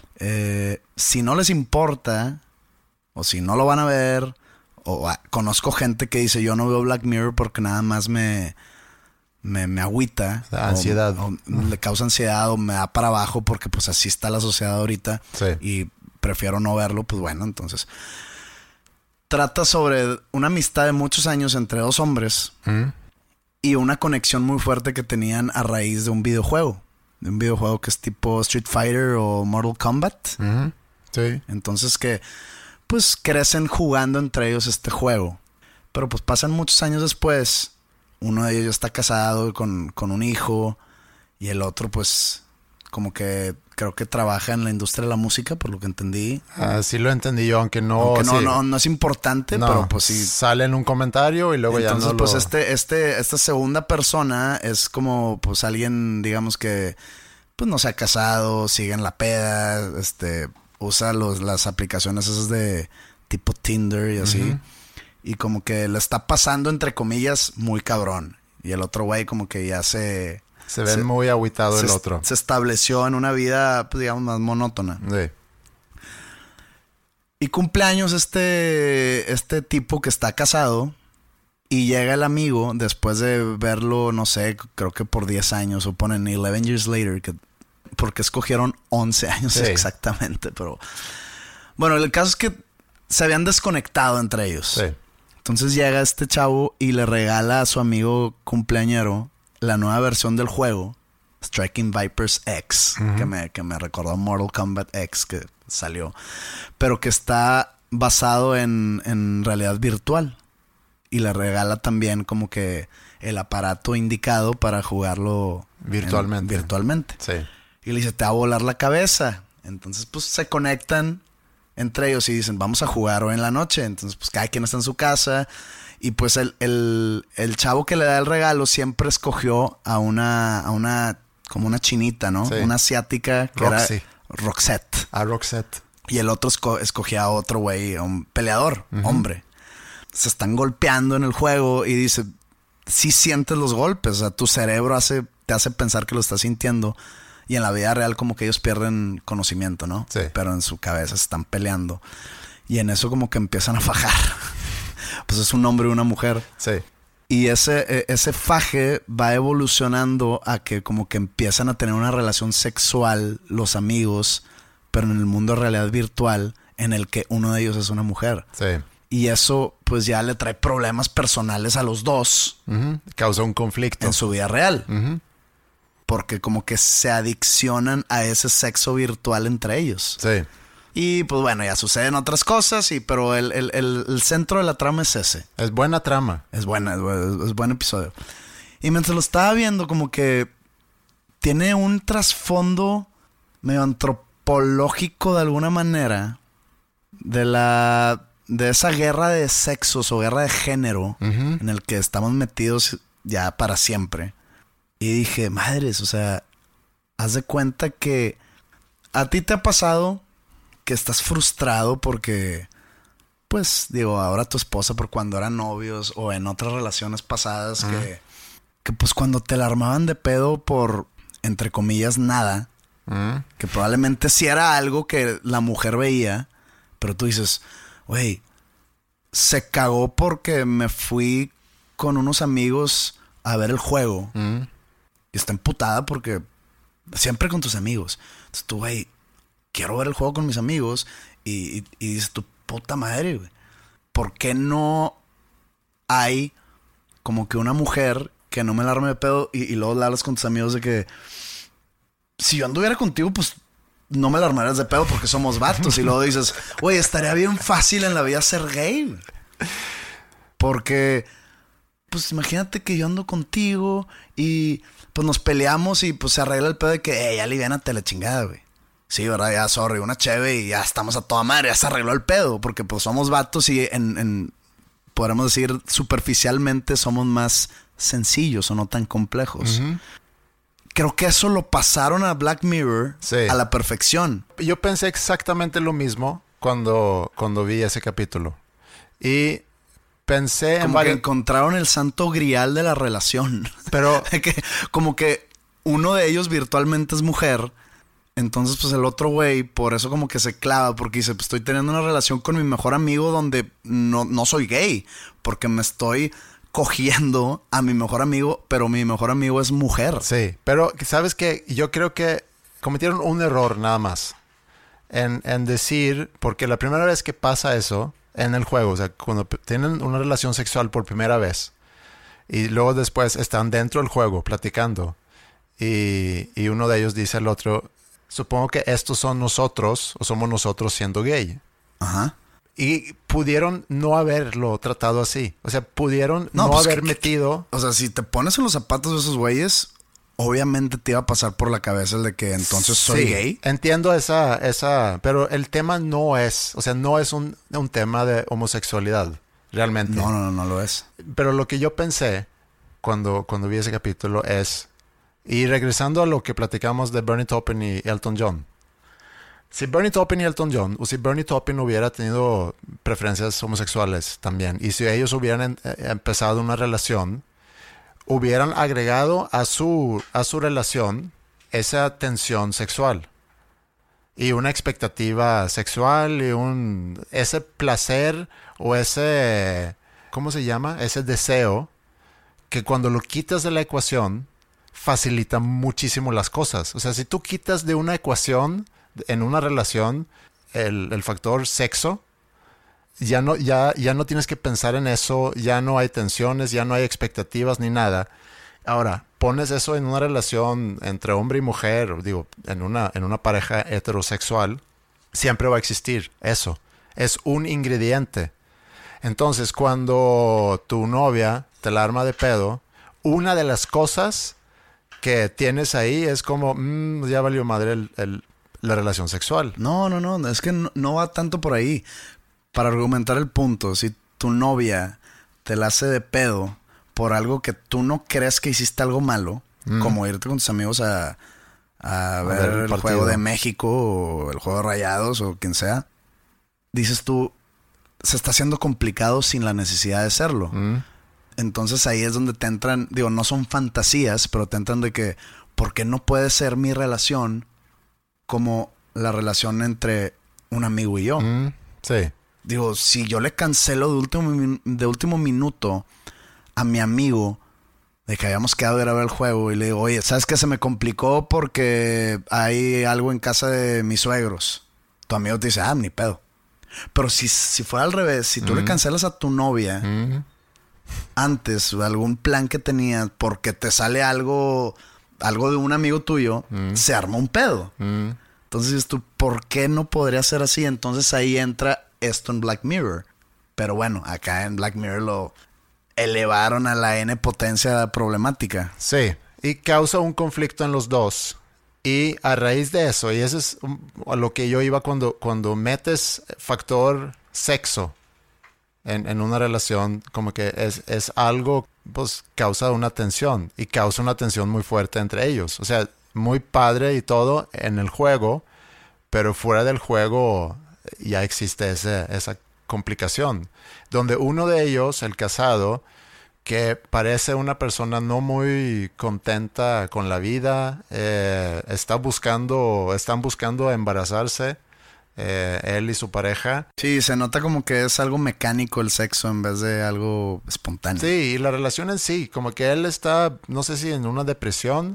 Si no les importa o si no lo van a ver, o conozco gente que dice yo no veo Black Mirror porque nada más me agüita, ansiedad, o le causa ansiedad o me da para abajo porque pues así está la sociedad ahorita. Sí. Y prefiero no verlo, pues bueno, entonces trata sobre una amistad de muchos años entre 2 hombres y una conexión muy fuerte que tenían a raíz de un videojuego. De un videojuego que es tipo Street Fighter o Mortal Kombat. Sí. Entonces que pues crecen jugando entre ellos este juego. Pero pues pasan muchos años después. Uno de ellos ya está casado con un hijo. Y el otro pues como que creo que trabaja en la industria de la música, por lo que entendí. Sí lo entendí yo, aunque no es importante, no, pero pues sí. Sale en un comentario y luego entonces, ya no pues lo... esta segunda persona es como pues alguien, digamos que pues no se ha casado, sigue en la peda, usa las aplicaciones esas de tipo Tinder y así. Y como que le está pasando, entre comillas, muy cabrón. Y el otro güey como que ya se ve muy agüitado el otro. Se estableció en una vida, pues, digamos, más monótona. Sí. Y cumpleaños este tipo que está casado. Y llega el amigo después de verlo, no sé, creo que por 10 años. O ponen 11 years later. Porque escogieron 11 años exactamente. Pero bueno, el caso es que se habían desconectado entre ellos. Sí. Entonces llega este chavo y le regala a su amigo cumpleañero la nueva versión del juego, Striking Vipers X, que me recordó Mortal Kombat X que salió, pero que está basado en realidad virtual. Y le regala también como que el aparato indicado para jugarlo virtualmente. Sí. Y le dice, te va a volar la cabeza. Entonces pues se conectan entre ellos y dicen, vamos a jugar hoy en la noche. Entonces pues cada quien está en su casa. Y pues el chavo que le da el regalo siempre escogió a una como una chinita, ¿no? Sí. Una asiática que Roxy. Era Roxette. A Roxette. Y el otro escogía a otro güey, a un peleador, hombre. Se están golpeando en el juego y dice, sí sientes los golpes. O sea, tu cerebro te hace pensar que lo estás sintiendo. Y en la vida real como que ellos pierden conocimiento, ¿no? Sí. Pero en su cabeza se están peleando. Y en eso como que empiezan a fajar. Pues es un hombre y una mujer. Sí. Y ese faje va evolucionando a que como que empiezan a tener una relación sexual los amigos, pero en el mundo de realidad virtual en el que uno de ellos es una mujer. Sí. Y eso pues ya le trae problemas personales a los dos. Causa un conflicto. En su vida real. Porque como que se adiccionan a ese sexo virtual entre ellos. Sí. Y pues bueno, ya suceden otras cosas, pero el centro de la trama es ese. Es buena trama. Es buen episodio. Y mientras lo estaba viendo, como que tiene un trasfondo medio antropológico de alguna manera de esa guerra de sexos o guerra de género en el que estamos metidos ya para siempre. Y dije, madres, o sea, haz de cuenta que a ti te ha pasado que estás frustrado porque, pues, digo, ahora tu esposa por cuando eran novios o en otras relaciones pasadas que pues cuando te la armaban de pedo por, entre comillas, nada, que probablemente sí era algo que la mujer veía, pero tú dices, güey, se cagó porque me fui con unos amigos a ver el juego y está emputada porque siempre con tus amigos. Entonces tú, güey, quiero ver el juego con mis amigos y dices, tu puta madre, güey, ¿por qué no hay como que una mujer que no me la arme de pedo y luego le hablas con tus amigos de que si yo anduviera contigo, pues no me la armarías de pedo porque somos vatos? Y luego dices, güey, estaría bien fácil en la vida ser gay, güey. Porque, pues imagínate que yo ando contigo y pues nos peleamos y pues se arregla el pedo de que, ya aliviánate la chingada, güey. Sí, ¿verdad? Ya, sorry, una cheve y ya estamos a toda madre, ya se arregló el pedo, porque pues somos vatos y podríamos decir, superficialmente somos más sencillos o no tan complejos. Creo que eso lo pasaron a Black Mirror a la perfección. Yo pensé exactamente lo mismo cuando vi ese capítulo. Y pensé como que encontraron el santo grial de la relación. Pero como que uno de ellos virtualmente es mujer. Entonces, pues el otro güey, por eso como que se clava, porque dice, pues estoy teniendo una relación con mi mejor amigo donde no soy gay, porque me estoy cogiendo a mi mejor amigo, pero mi mejor amigo es mujer. Sí, pero ¿sabes qué? Yo creo que cometieron un error nada más en decir, porque la primera vez que pasa eso en el juego, o sea, cuando tienen una relación sexual por primera vez y luego después están dentro del juego platicando y uno de ellos dice al otro, supongo que estos son nosotros o somos nosotros siendo gay. Ajá. Y pudieron no haberlo tratado así. O sea, pudieron no pues haber metido... O sea, si te pones en los zapatos de esos güeyes, obviamente te iba a pasar por la cabeza el de que entonces soy gay. Entiendo esa... Pero el tema no es... O sea, no es un tema de homosexualidad. Realmente. No lo es. Pero lo que yo pensé cuando vi ese capítulo es... Y regresando a lo que platicamos de Bernie Taupin y Elton John. Si Bernie Taupin y Elton John, o si Bernie Taupin hubiera tenido preferencias homosexuales también, y si ellos hubieran empezado una relación, hubieran agregado a su relación esa tensión sexual y una expectativa sexual y ese placer o ese, ¿cómo se llama? Ese deseo que cuando lo quitas de la ecuación facilita muchísimo las cosas. O sea, si tú quitas de una ecuación en una relación el factor sexo, ya no tienes que pensar en eso, ya no hay tensiones, ya no hay expectativas ni nada. Ahora, pones eso en una relación entre hombre y mujer, digo, en una pareja heterosexual, siempre va a existir eso. Es un ingrediente. Entonces, cuando tu novia te la arma de pedo, una de las cosas que tienes ahí es como, ya valió madre la relación sexual. No, es que no va tanto por ahí. Para argumentar el punto, si tu novia te la hace de pedo por algo que tú no crees que hiciste algo malo, como irte con tus amigos a ver el juego de México o el juego de Rayados o quien sea, dices tú, se está haciendo complicado sin la necesidad de serlo. Entonces ahí es donde te entran, digo, no son fantasías, pero te entran de que, ¿por qué no puede ser mi relación como la relación entre un amigo y yo? Sí. Digo, si yo le cancelo de último minuto a mi amigo de que habíamos quedado de ir a ver el juego y le digo, oye, ¿sabes qué? Se me complicó porque hay algo en casa de mis suegros. Tu amigo te dice, ni pedo. Pero si fuera al revés, si tú le cancelas a tu novia antes algún plan que tenías porque te sale algo de un amigo tuyo, se arma un pedo. Entonces tú, ¿por qué no podría ser así? Entonces ahí entra esto en Black Mirror. Pero bueno, acá en Black Mirror lo elevaron a la N potencia problemática. Sí, y causa un conflicto en los dos. Y a raíz de eso, y eso es a lo que yo iba cuando metes factor sexo en una relación, como que es algo, pues causa una tensión, y causa una tensión muy fuerte entre ellos. O sea, muy padre y todo en el juego, pero fuera del juego ya existe esa complicación, donde uno de ellos, el casado, que parece una persona no muy contenta con la vida, están buscando embarazarse, él y su pareja. Sí, se nota como que es algo mecánico el sexo en vez de algo espontáneo. Sí, y la relación en sí, como que él está, no sé si en una depresión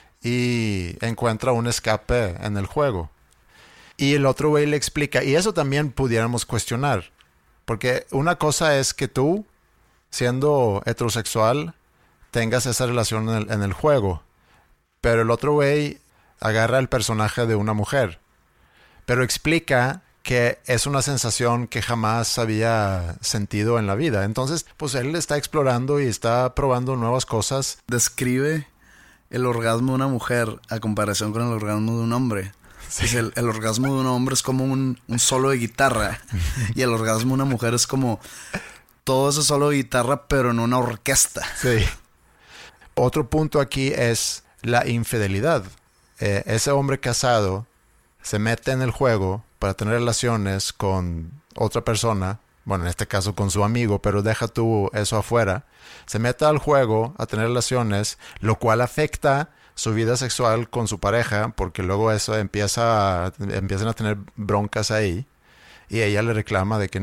y encuentra un escape en el juego. Y el otro güey le explica, y eso también pudiéramos cuestionar, porque una cosa es que tú, siendo heterosexual, tengas esa relación en el juego, pero el otro güey agarra el personaje de una mujer, pero explica que es una sensación que jamás había sentido en la vida. Entonces, pues él está explorando y está probando nuevas cosas. Describe el orgasmo de una mujer a comparación con el orgasmo de un hombre. Sí. El orgasmo de un hombre es como un solo de guitarra y el orgasmo de una mujer es como todo ese solo de guitarra pero en una orquesta. Sí. Otro punto aquí es la infidelidad. Ese hombre casado se mete en el juego para tener relaciones con otra persona, bueno, en este caso con su amigo, pero deja tú eso afuera. Se mete al juego a tener relaciones, lo cual afecta su vida sexual con su pareja, porque luego eso empiezan a tener broncas ahí, y ella le reclama de que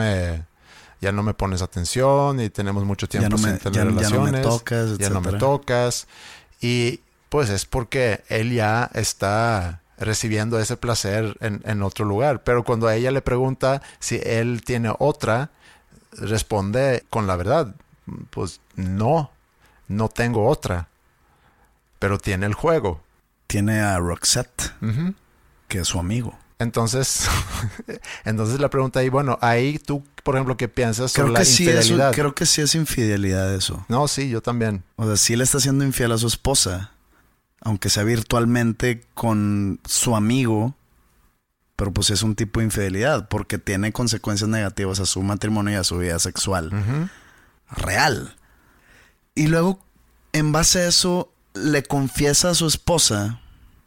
ya no me pones atención y tenemos mucho tiempo sin tener relaciones, ya no me tocas, y pues es porque él ya está recibiendo ese placer en otro lugar. Pero cuando a ella le pregunta si él tiene otra, responde con la verdad, pues no tengo otra, pero tiene el juego. Tiene a Roxette, que es su amigo. Entonces la pregunta ahí, bueno, ahí tú, por ejemplo, ¿qué piensas sobre la infidelidad? Creo que sí es infidelidad eso. No, sí, yo también. O sea, sí le está haciendo infiel a su esposa, aunque sea virtualmente con su amigo, pero pues es un tipo de infidelidad porque tiene consecuencias negativas a su matrimonio y a su vida sexual real. Y luego, en base a eso, le confiesa a su esposa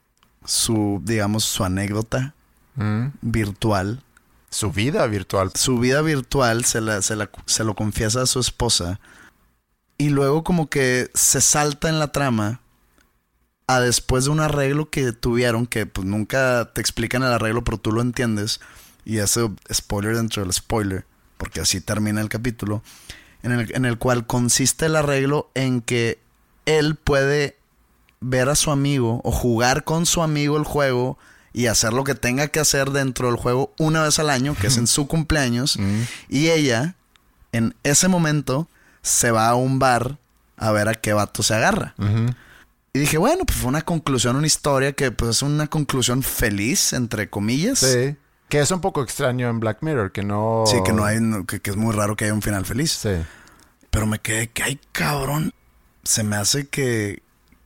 su anécdota virtual. Su vida virtual. Su vida virtual se lo confiesa a su esposa. Y luego como que se salta en la trama a después de un arreglo que tuvieron, que pues nunca te explican el arreglo, pero tú lo entiendes. Y ese spoiler dentro del spoiler, porque así termina el capítulo, en el cual consiste el arreglo en que él puede ver a su amigo o jugar con su amigo el juego y hacer lo que tenga que hacer dentro del juego una vez al año, que es en su cumpleaños. Y ella, en ese momento, se va a un bar a ver a qué vato se agarra. Y dije, bueno, pues fue una conclusión, una historia que pues es una conclusión feliz, entre comillas. Sí. Que es un poco extraño en Black Mirror, que no... Sí, que no hay... Que es muy raro que haya un final feliz. Sí. Pero me quedé que, ay, cabrón. Se me hace que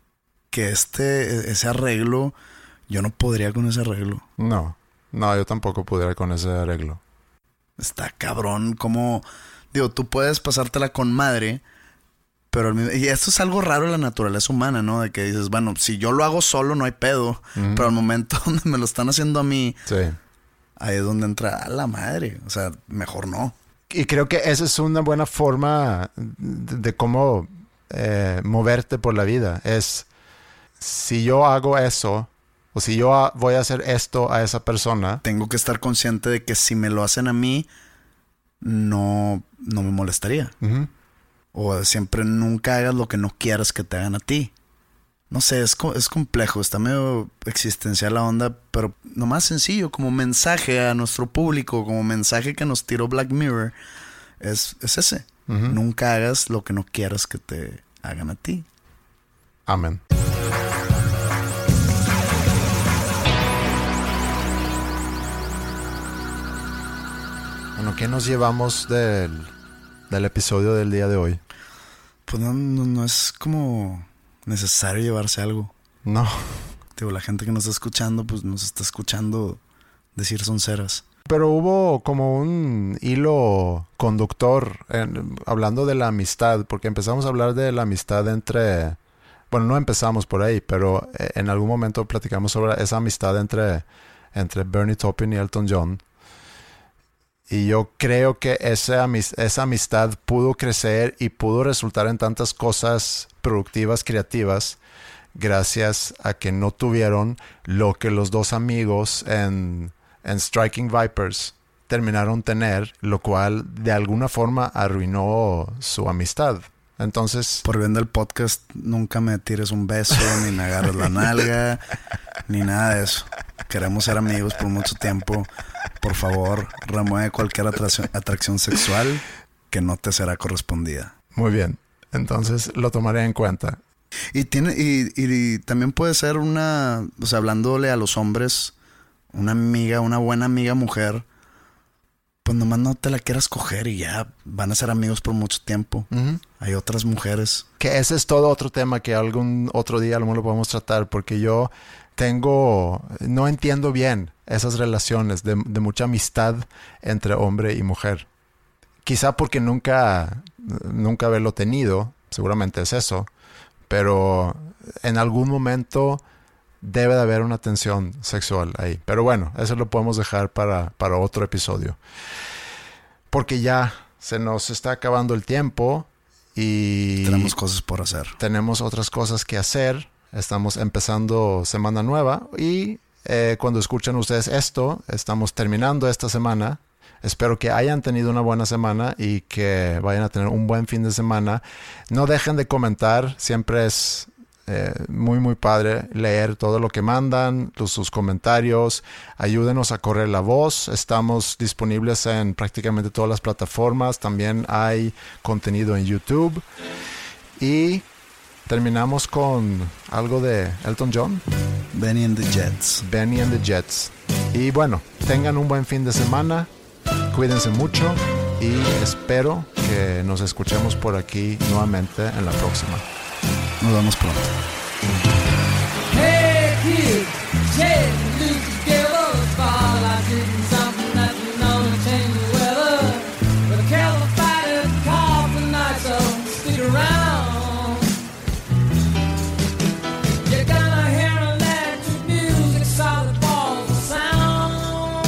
ese arreglo... Yo no podría con ese arreglo. No, yo tampoco podría con ese arreglo. Está cabrón, como... Digo, tú puedes pasártela con madre... Pero y esto es algo raro en la naturaleza humana, ¿no? De que dices, bueno, si yo lo hago solo no hay pedo. Pero al momento donde me lo están haciendo a mí, sí, ahí es donde entra a la madre. O sea, mejor no. Y creo que esa es una buena forma de cómo moverte por la vida. Es, si yo hago eso, o si yo voy a hacer esto a esa persona... Tengo que estar consciente de que si me lo hacen a mí, no me molestaría. O siempre nunca hagas lo que no quieras que te hagan a ti. No sé, es complejo, está medio existencial la onda, pero nomás sencillo, como mensaje a nuestro público, como mensaje que nos tiró Black Mirror, es ese. Nunca hagas lo que no quieras que te hagan a ti. Amén. Bueno, ¿qué nos llevamos del episodio del día de hoy? Pues no es como necesario llevarse algo. No. Digo, la gente que nos está escuchando, pues nos está escuchando decir sonceras. Pero hubo como un hilo conductor hablando de la amistad, porque empezamos a hablar de la amistad entre... Bueno, no empezamos por ahí, pero en algún momento platicamos sobre esa amistad entre Bernie Taupin y Elton John. Y yo creo que esa amistad pudo crecer y pudo resultar en tantas cosas productivas, creativas, gracias a que no tuvieron lo que los dos amigos en Striking Vipers terminaron tener, lo cual de alguna forma arruinó su amistad. Entonces, por bien del podcast, nunca me tires un beso, ni me agarres la nalga, ni nada de eso. Queremos ser amigos por mucho tiempo. Por favor, remueve cualquier atracción sexual que no te será correspondida. Muy bien. Entonces lo tomaré en cuenta. Y también puede ser o sea, hablándole a los hombres, una buena amiga mujer, pues nomás no te la quieras coger y ya van a ser amigos por mucho tiempo. Uh-huh. Hay otras mujeres. Que ese es todo otro tema que algún otro día a lo mejor lo podemos tratar, porque yo no entiendo bien esas relaciones de mucha amistad entre hombre y mujer. Quizá porque nunca haberlo tenido, seguramente es eso, pero en algún momento debe de haber una tensión sexual ahí. Pero bueno, eso lo podemos dejar para otro episodio. Porque ya se nos está acabando el tiempo y... tenemos cosas por hacer. Tenemos otras cosas que hacer. Estamos empezando semana nueva y cuando escuchan ustedes esto, estamos terminando esta semana. Espero que hayan tenido una buena semana y que vayan a tener un buen fin de semana. No dejen de comentar, siempre es muy muy padre leer todo lo que mandan, sus comentarios. Ayúdenos a correr la voz. Estamos disponibles en prácticamente todas las plataformas. También hay contenido en YouTube. Y terminamos con algo de Elton John. Benny and the Jets. Benny and the Jets. Y bueno, tengan un buen fin de semana. Cuídense mucho y espero que nos escuchemos por aquí nuevamente en la próxima. Nos vemos pronto. Hey kid, change the loop together. Fall like did something that you know to change the weather. But I can't fight it, call for night, so stick around. You're gonna hear electric music, solid balls of sound.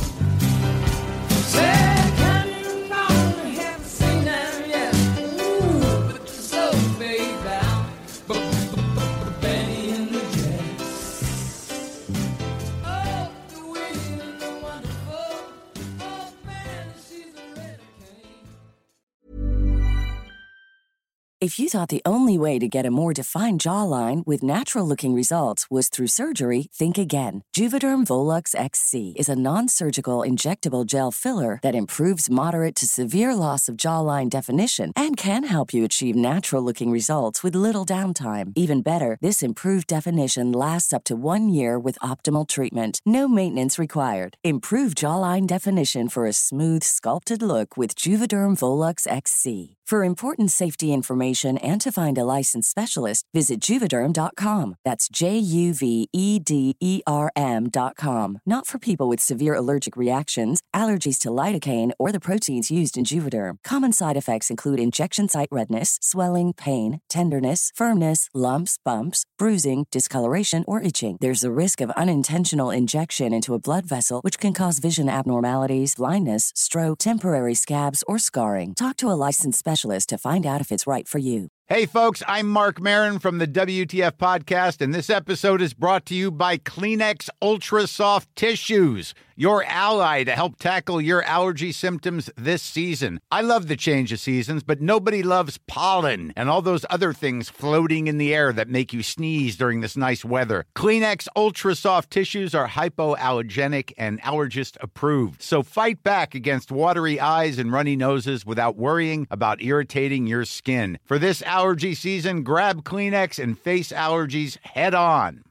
Say, can you know we haven't seen them yet? Ooh, but the slow fade down. Benny and the Jets. Oh, the wind and the wonderful. Oh, man, she's a red cane. If you thought the only way to get a more defined jawline with natural-looking results was through surgery, think again. Juvederm Volux XC is a non-surgical injectable gel filler that improves moderate to severe loss of jawline definition and can help you achieve natural-looking results with little downtime. Even better, this improved definition lasts up to 1 year with optimal treatment. No maintenance required. Improve jawline definition for a smooth, sculpted look with Juvederm Volux XC. For important safety information and to find a licensed specialist, visit Juvederm.com. That's JUVEDERM.com. Not for people with severe allergic reactions, allergies to lidocaine, or the proteins used in Juvederm. Common side effects include injection site redness, swelling, pain, tenderness, firmness, lumps, bumps, bruising, discoloration, or itching. There's a risk of unintentional injection into a blood vessel, which can cause vision abnormalities, blindness, stroke, temporary scabs, or scarring. Talk to a licensed specialist to find out if it's right for you. Hey, folks, I'm Mark Maron from the WTF Podcast, and this episode is brought to you by Kleenex Ultra Soft Tissues, your ally to help tackle your allergy symptoms this season. I love the change of seasons, but nobody loves pollen and all those other things floating in the air that make you sneeze during this nice weather. Kleenex Ultra Soft Tissues are hypoallergenic and allergist approved, so fight back against watery eyes and runny noses without worrying about irritating your skin. For this allergy season, grab Kleenex and face allergies head on.